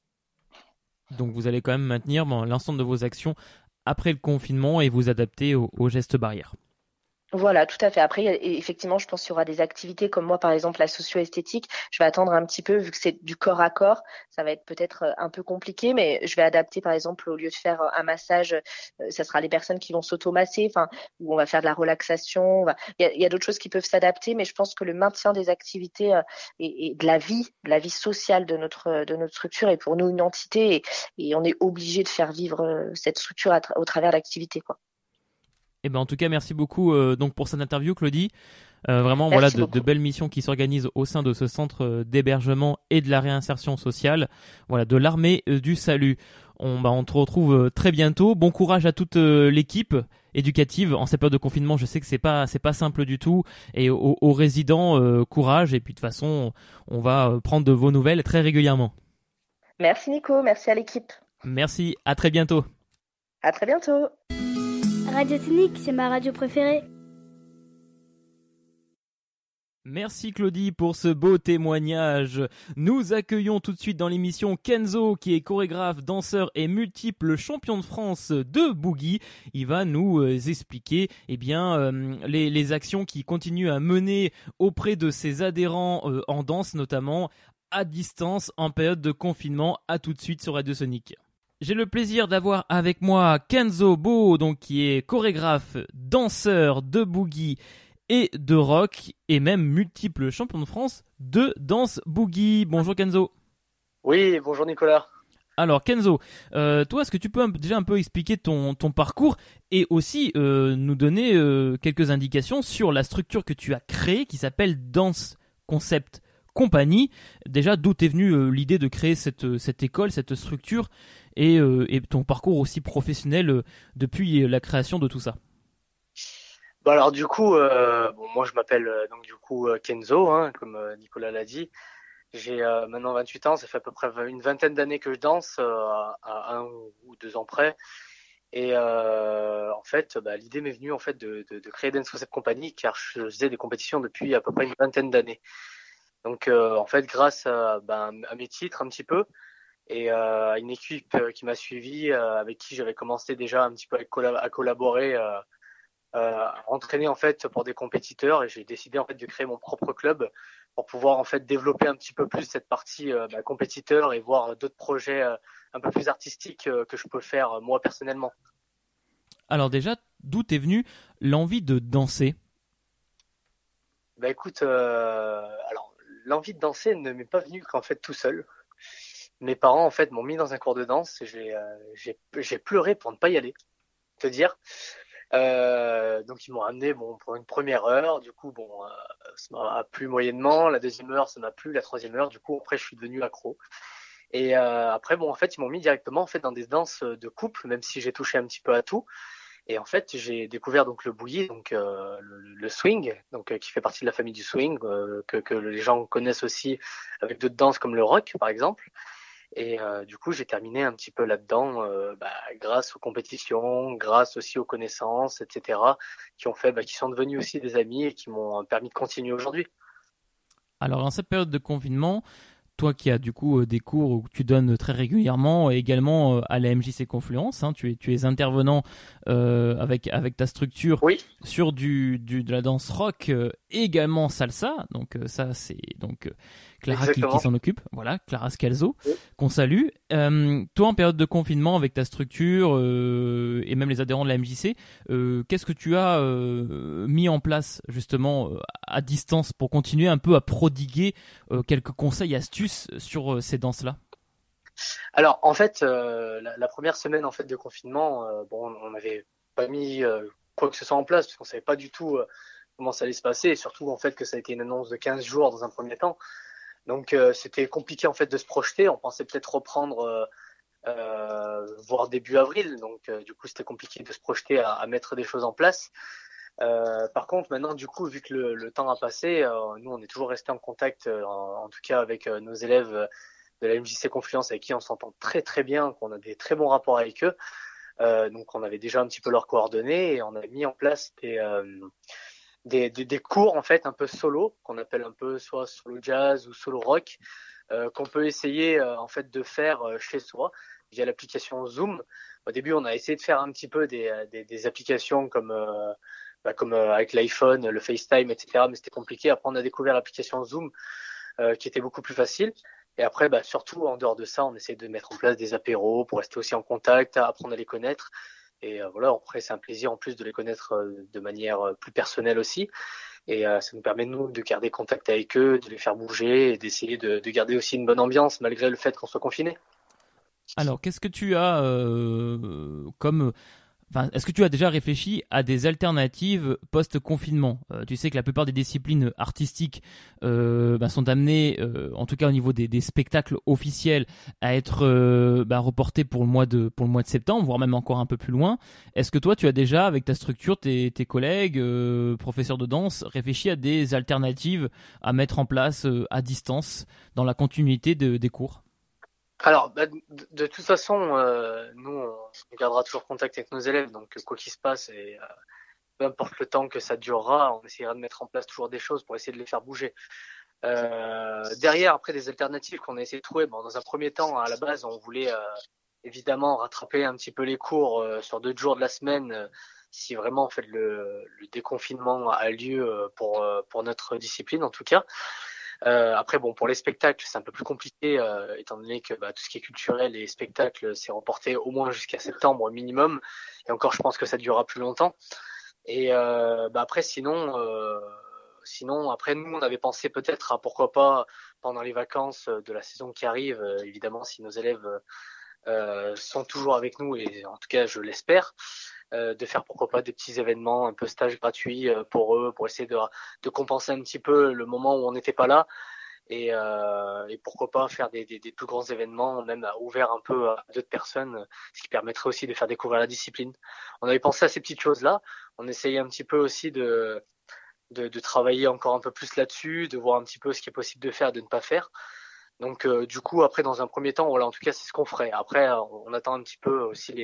Donc vous allez quand même maintenir l'ensemble de vos actions après le confinement et vous adapter aux gestes barrières. Voilà, tout à fait. Après, effectivement, je pense qu'il y aura des activités comme moi, par exemple, la socio-esthétique. Je vais attendre un petit peu, vu que c'est du corps à corps, ça va être peut-être un peu compliqué, mais je vais adapter, par exemple, au lieu de faire un massage, ça sera les personnes qui vont s'automasser, où on va faire de la relaxation. Il y a d'autres choses qui peuvent s'adapter, mais je pense que le maintien des activités et de la vie sociale de notre structure est pour nous une entité et on est obligé de faire vivre cette structure au travers d'activités, quoi. En tout cas, merci beaucoup donc pour cette interview, Claudie. Vraiment, merci voilà de belles missions qui s'organisent au sein de ce centre d'hébergement et de la réinsertion sociale. Voilà, de l'armée du salut. On te retrouve très bientôt. Bon courage à toute l'équipe éducative en cette période de confinement. Je sais que c'est pas simple du tout. Et aux résidents, courage. Et puis de toute façon, on va prendre de vos nouvelles très régulièrement. Merci Nico, merci à l'équipe. Merci, à très bientôt. À très bientôt. Radio Tonique, c'est ma radio préférée. Merci Claudie pour ce beau témoignage. Nous accueillons tout de suite dans l'émission Kenzo qui est chorégraphe, danseur et multiple champion de France de boogie. Il va nous expliquer les actions qu'il continue à mener auprès de ses adhérents en danse, notamment à distance en période de confinement. À tout de suite sur Radio Sonic. J'ai le plaisir d'avoir avec moi Kenzo Bo, donc qui est chorégraphe, danseur de boogie et de rock, et même multiple champion de France de danse boogie. Bonjour Kenzo. Oui, bonjour Nicolas. Alors Kenzo, toi, est-ce que tu peux déjà un peu expliquer ton parcours et aussi nous donner quelques indications sur la structure que tu as créée qui s'appelle Dance Concept Company. Déjà, d'où t'es venue l'idée de créer cette école, cette structure et ton parcours aussi professionnel depuis la création de tout ça? Bah alors du coup, moi je m'appelle Kenzo, hein, comme Nicolas l'a dit. J'ai maintenant 28 ans, ça fait à peu près une vingtaine d'années que je danse, à 1 ou 2 ans près. Et en fait, l'idée m'est venue en fait de créer Dance Concept Company, car je faisais des compétitions depuis à peu près une vingtaine d'années. Donc en fait, grâce à mes titres un petit peu et à une équipe qui m'a suivi, avec qui j'avais commencé déjà un petit peu à collaborer. Entraîner en fait pour des compétiteurs, et j'ai décidé en fait de créer mon propre club pour pouvoir en fait développer un petit peu plus cette partie compétiteur et voir d'autres projets un peu plus artistiques que je peux faire moi personnellement. Alors déjà, d'où t'es venue l'envie de danser? Écoute, alors l'envie de danser ne m'est pas venue qu'en fait tout seul. Mes parents en fait m'ont mis dans un cours de danse et j'ai pleuré pour ne pas y aller, te dire. Donc ils m'ont amené pour une première heure, du coup ça m'a plu moyennement, la deuxième heure ça m'a plu, la troisième heure du coup après je suis devenu accro. Et après en fait ils m'ont mis directement en fait dans des danses de couple, même si j'ai touché un petit peu à tout. Et en fait j'ai découvert donc le boogie, donc le swing, donc qui fait partie de la famille du swing, que les gens connaissent aussi avec d'autres danses comme le rock par exemple. Et du coup, j'ai terminé un petit peu là-dedans grâce aux compétitions, grâce aussi aux connaissances, etc., qui sont devenus aussi des amis et qui m'ont permis de continuer aujourd'hui. Alors, dans cette période de confinement, toi qui as du coup des cours que tu donnes très régulièrement, et également à la MJC Confluence, hein, tu es intervenant avec ta structure sur de la danse rock, également salsa. Donc ça, c'est donc Clara qui s'en occupe. Voilà, Clara Scalzo, qu'on salue. Toi, en période de confinement, avec ta structure et même les adhérents de la MJC, qu'est-ce que tu as mis en place justement à distance pour continuer un peu à prodiguer quelques conseils, astuces sur ces danses-là? Alors, en fait, la première semaine en fait de confinement, on n'avait pas mis quoi que ce soit en place parce qu'on savait pas du tout comment ça allait se passer, et surtout en fait que ça a été une annonce de 15 jours dans un premier temps. Donc c'était compliqué en fait de se projeter. On pensait peut-être reprendre voire début avril. Donc du coup c'était compliqué de se projeter à mettre des choses en place. Par contre maintenant du coup vu que le temps a passé, nous on est toujours resté en contact, en tout cas avec nos élèves de la MJC Confluence avec qui on s'entend très très bien, qu'on a des très bons rapports avec eux. Donc on avait déjà un petit peu leurs coordonnées et on a mis en place des cours en fait un peu solo, qu'on appelle un peu soit solo jazz ou solo rock, qu'on peut essayer en fait de faire chez soi via l'application Zoom. Au début on a essayé de faire un petit peu des applications comme avec l'iPhone, le FaceTime, etc. Mais c'était compliqué. Après on a découvert l'application Zoom qui était beaucoup plus facile. Et après surtout en dehors de ça on essaie de mettre en place des apéros pour rester aussi en contact, apprendre à les connaître. Et voilà, après c'est un plaisir en plus de les connaître de manière plus personnelle aussi. Et ça nous permet nous de garder contact avec eux, de les faire bouger et d'essayer de garder aussi une bonne ambiance malgré le fait qu'on soit confiné. Alors qu'est-ce que tu as est-ce que tu as déjà réfléchi à des alternatives post-confinement? Tu sais que la plupart des disciplines artistiques sont amenées, en tout cas au niveau des spectacles officiels, à être reportés pour le mois de septembre, voire même encore un peu plus loin. Est-ce que toi, tu as déjà, avec ta structure, tes collègues, professeurs de danse, réfléchi à des alternatives à mettre en place à distance dans la continuité des cours? Alors, de toute façon, nous, on gardera toujours contact avec nos élèves, donc quoi qu'il se passe, et peu importe le temps que ça durera, on essaiera de mettre en place toujours des choses pour essayer de les faire bouger. Derrière, après, des alternatives qu'on a essayé de trouver. Bon, dans un premier temps, à la base, on voulait évidemment rattraper un petit peu les cours sur 2 jours de la semaine, si vraiment en fait le déconfinement a lieu pour notre discipline en tout cas. Après, bon, pour les spectacles, c'est un peu plus compliqué, étant donné que tout ce qui est culturel et spectacle, c'est reporté au moins jusqu'à septembre au minimum. Et encore, je pense que ça durera plus longtemps. Et après, sinon, après, nous, on avait pensé peut-être à pourquoi pas pendant les vacances de la saison qui arrive, évidemment, si nos élèves sont toujours avec nous, et en tout cas, je l'espère, de faire pourquoi pas des petits événements, un peu stages gratuits pour eux, pour essayer de compenser un petit peu le moment où on n'était pas là, et pourquoi pas faire des plus grands événements, même ouverts un peu à d'autres personnes, ce qui permettrait aussi de faire découvrir la discipline. On avait pensé à ces petites choses-là. On essayait un petit peu aussi de travailler encore un peu plus là-dessus, de voir un petit peu ce qui est possible de faire, de ne pas faire. Donc du coup, après, dans un premier temps, voilà, en tout cas, c'est ce qu'on ferait. Après, on attend un petit peu aussi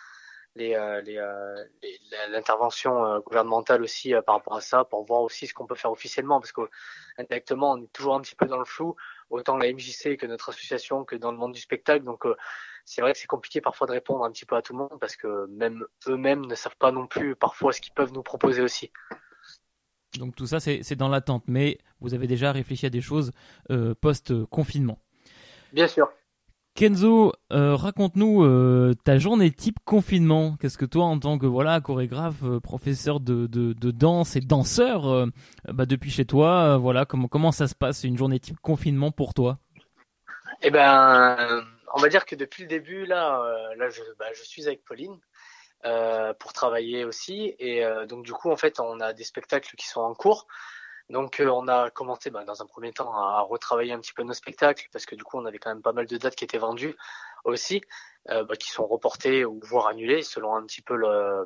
l'intervention gouvernementale aussi par rapport à ça, pour voir aussi ce qu'on peut faire officiellement, parce que indirectement, on est toujours un petit peu dans le flou, autant la MJC que notre association, que dans le monde du spectacle. Donc c'est vrai que c'est compliqué parfois de répondre un petit peu à tout le monde, parce que même eux-mêmes ne savent pas non plus parfois ce qu'ils peuvent nous proposer aussi. Donc tout ça, c'est dans l'attente, mais vous avez déjà réfléchi à des choses post-confinement. Bien sûr. Kenzo, raconte-nous ta journée type confinement. Qu'est-ce que toi, en tant que chorégraphe, professeur de danse et danseur, depuis chez toi, comment ça se passe une journée type confinement pour toi? Eh ben, on va dire que depuis le début, je suis avec Pauline. Pour travailler aussi, et donc du coup en fait on a des spectacles qui sont en cours, donc on a commencé dans un premier temps à retravailler un petit peu nos spectacles, parce que du coup on avait quand même pas mal de dates qui étaient vendues aussi, qui sont reportées ou voire annulées selon un petit peu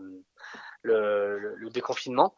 le déconfinement.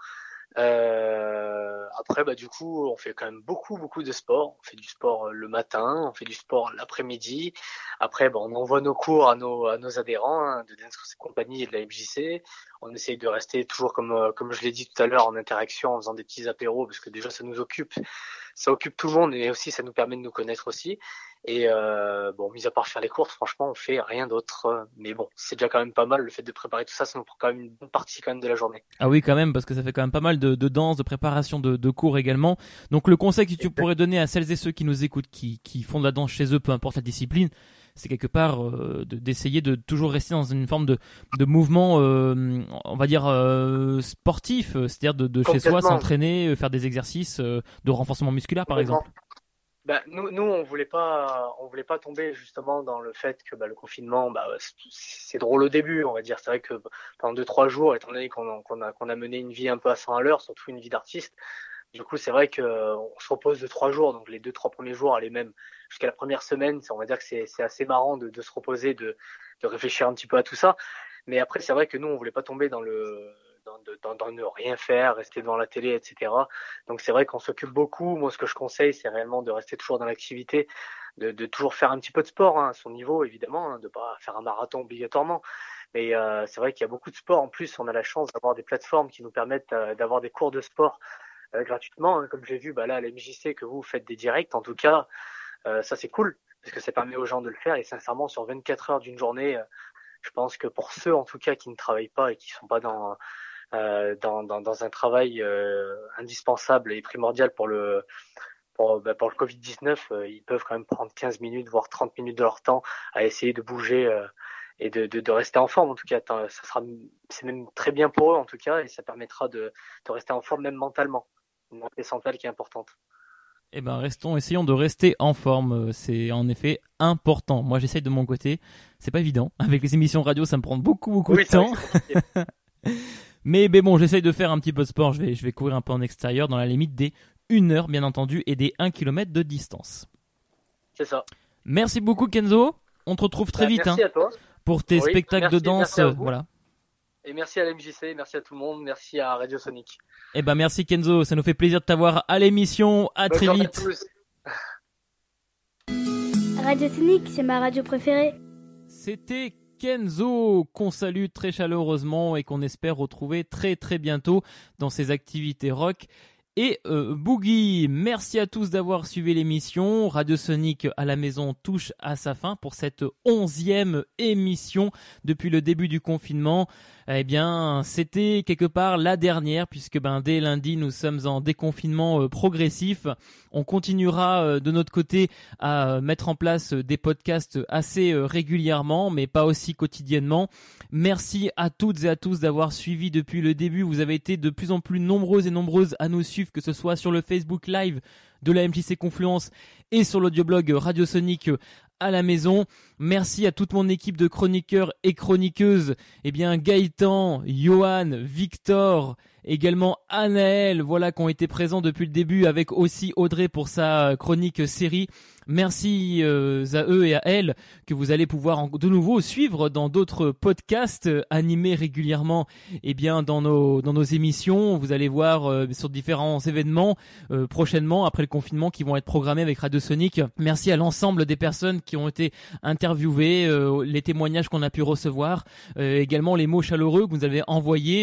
Après du coup on fait quand même beaucoup de sport. On fait du sport le matin, on fait du sport l'après-midi. Après on envoie nos cours à nos adhérents de Dance Company et de la MJC. On essaye de rester toujours comme je l'ai dit tout à l'heure, en interaction, en faisant des petits apéros, parce que déjà ça occupe tout le monde, et aussi ça nous permet de nous connaître aussi. Et mis à part faire les courses, franchement on fait rien d'autre, mais bon, c'est déjà quand même pas mal. Le fait de préparer tout ça, ça nous prend quand même une bonne partie quand même de la journée. Ah oui, quand même, parce que ça fait quand même pas mal de danse, de préparation de cours également. Donc le conseil que tu pourrais donner à celles et ceux qui nous écoutent, qui font de la danse chez eux, peu importe la discipline, c'est quelque part d'essayer de toujours rester dans une forme de mouvement, on va dire sportif, c'est-à-dire de chez soi s'entraîner, faire des exercices de renforcement musculaire par exemple. Nous on voulait pas tomber justement dans le fait que le confinement, c'est drôle au début, on va dire. C'est vrai que pendant 2-3 jours, étant donné qu'on a mené une vie un peu à 100 à l'heure, surtout une vie d'artiste, du coup c'est vrai que on se repose 2-3 jours, donc les 2-3 premiers jours, allez, même jusqu'à la première semaine, on va dire que c'est assez marrant de se reposer, de réfléchir un petit peu à tout ça. Mais après c'est vrai que nous on voulait pas tomber dans ne rien faire, rester devant la télé, etc. Donc c'est vrai qu'on s'occupe beaucoup. Moi, ce que je conseille, c'est réellement de rester toujours dans l'activité, de toujours faire un petit peu de sport, à son niveau, évidemment, de pas faire un marathon obligatoirement. Mais c'est vrai qu'il y a beaucoup de sport. En plus, on a la chance d'avoir des plateformes qui nous permettent d'avoir des cours de sport gratuitement. Comme j'ai vu, là, à la MJC, que vous faites des directs, en tout cas, ça c'est cool, parce que ça permet aux gens de le faire. Et sincèrement, sur 24 heures d'une journée, je pense que pour ceux, en tout cas, qui ne travaillent pas et qui sont pas dans un travail indispensable et primordial pour le Covid-19, ils peuvent quand même prendre 15 minutes, voire 30 minutes de leur temps à essayer de bouger et de rester en forme. En tout cas, c'est même très bien pour eux, en tout cas, et ça permettra de rester en forme même mentalement. Une santé mentale qui est importante. Eh ben, essayons de rester en forme. C'est en effet important. Moi, j'essaye de mon côté. C'est pas évident. Avec les émissions radio, ça me prend beaucoup de temps. Mais bon, j'essaye de faire un petit peu de sport. Je vais courir un peu en extérieur dans la limite des 1 heure, bien entendu, et des 1 km de distance. C'est ça. Merci beaucoup, Kenzo. On te retrouve très vite à toi. pour tes spectacles de danse. Voilà. Et merci à la MJC, merci à tout le monde, merci à Radio Sonic. Eh ben, merci Kenzo. Ça nous fait plaisir de t'avoir à l'émission. À très vite. À tous. Radio Sonic, c'est ma radio préférée. C'était Kenzo, qu'on salue très chaleureusement et qu'on espère retrouver très très bientôt dans ses activités rock. Et Boogie, merci à tous d'avoir suivi l'émission. Radio Sonic à la maison touche à sa fin pour cette 11e émission depuis le début du confinement. Eh bien, c'était quelque part la dernière puisque dès lundi, nous sommes en déconfinement progressif. On continuera de notre côté à mettre en place des podcasts assez régulièrement, mais pas aussi quotidiennement. Merci à toutes et à tous d'avoir suivi depuis le début. Vous avez été de plus en plus nombreuses et nombreuses à nous suivre, que ce soit sur le Facebook Live de la MJC Confluence et sur l'audioblog Radio Sonic à la maison. Merci à toute mon équipe de chroniqueurs et chroniqueuses. Eh bien, Gaëtan, Johan, Victor, également Anaël, voilà, qui ont été présents depuis le début, avec aussi Audrey pour sa chronique série. Merci à eux et à elles que vous allez pouvoir de nouveau suivre dans d'autres podcasts animés régulièrement dans nos émissions. Vous allez voir sur différents événements prochainement après le confinement qui vont être programmés avec Radio Sonic. Merci à l'ensemble des personnes qui ont été interviewées, les témoignages qu'on a pu recevoir, également les mots chaleureux que vous avez envoyés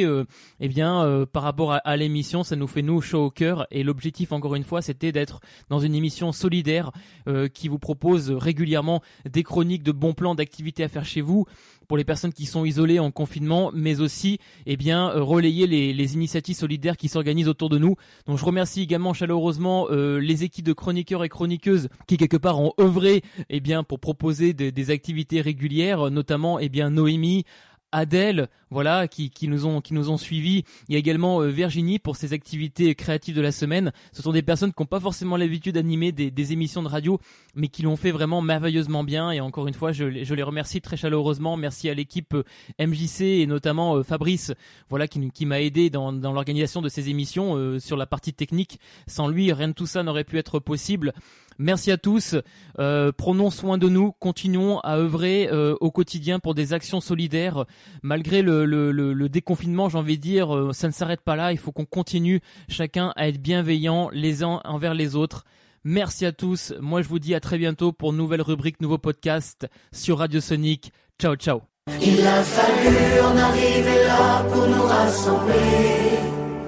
par rapport à l'émission. Ça nous fait nous chaud au cœur et l'objectif encore une fois c'était d'être dans une émission solidaire qui vous propose régulièrement des chroniques de bons plans d'activités à faire chez vous pour les personnes qui sont isolées en confinement, mais aussi relayer les initiatives solidaires qui s'organisent autour de nous. Donc je remercie également chaleureusement les équipes de chroniqueurs et chroniqueuses qui quelque part ont œuvré pour proposer des activités régulières, notamment Noémie, Adèle, voilà, qui nous ont suivis. Il y a également Virginie pour ses activités créatives de la semaine. Ce sont des personnes qui n'ont pas forcément l'habitude d'animer des émissions de radio, mais qui l'ont fait vraiment merveilleusement bien. Et encore une fois, je les remercie très chaleureusement. Merci à l'équipe MJC et notamment Fabrice, voilà, qui m'a aidé dans l'organisation de ces émissions sur la partie technique. Sans lui, rien de tout ça n'aurait pu être possible. Merci à tous, prenons soin de nous, continuons à œuvrer au quotidien pour des actions solidaires. Malgré le déconfinement, j'ai envie de dire, ça ne s'arrête pas là, il faut qu'on continue chacun à être bienveillants les uns envers les autres. Merci à tous, moi je vous dis à très bientôt pour une nouvelle rubrique, nouveau podcast sur Radio Sonic. Ciao ciao. Il a fallu en arriver là pour nous rassembler,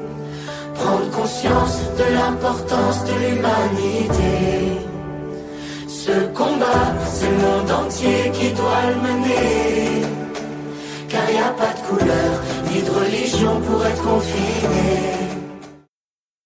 prendre conscience de l'importance de l'humanité. Ce combat, c'est le monde entier qui doit le mener, car y a pas de couleur, ni de religion pour être confiné.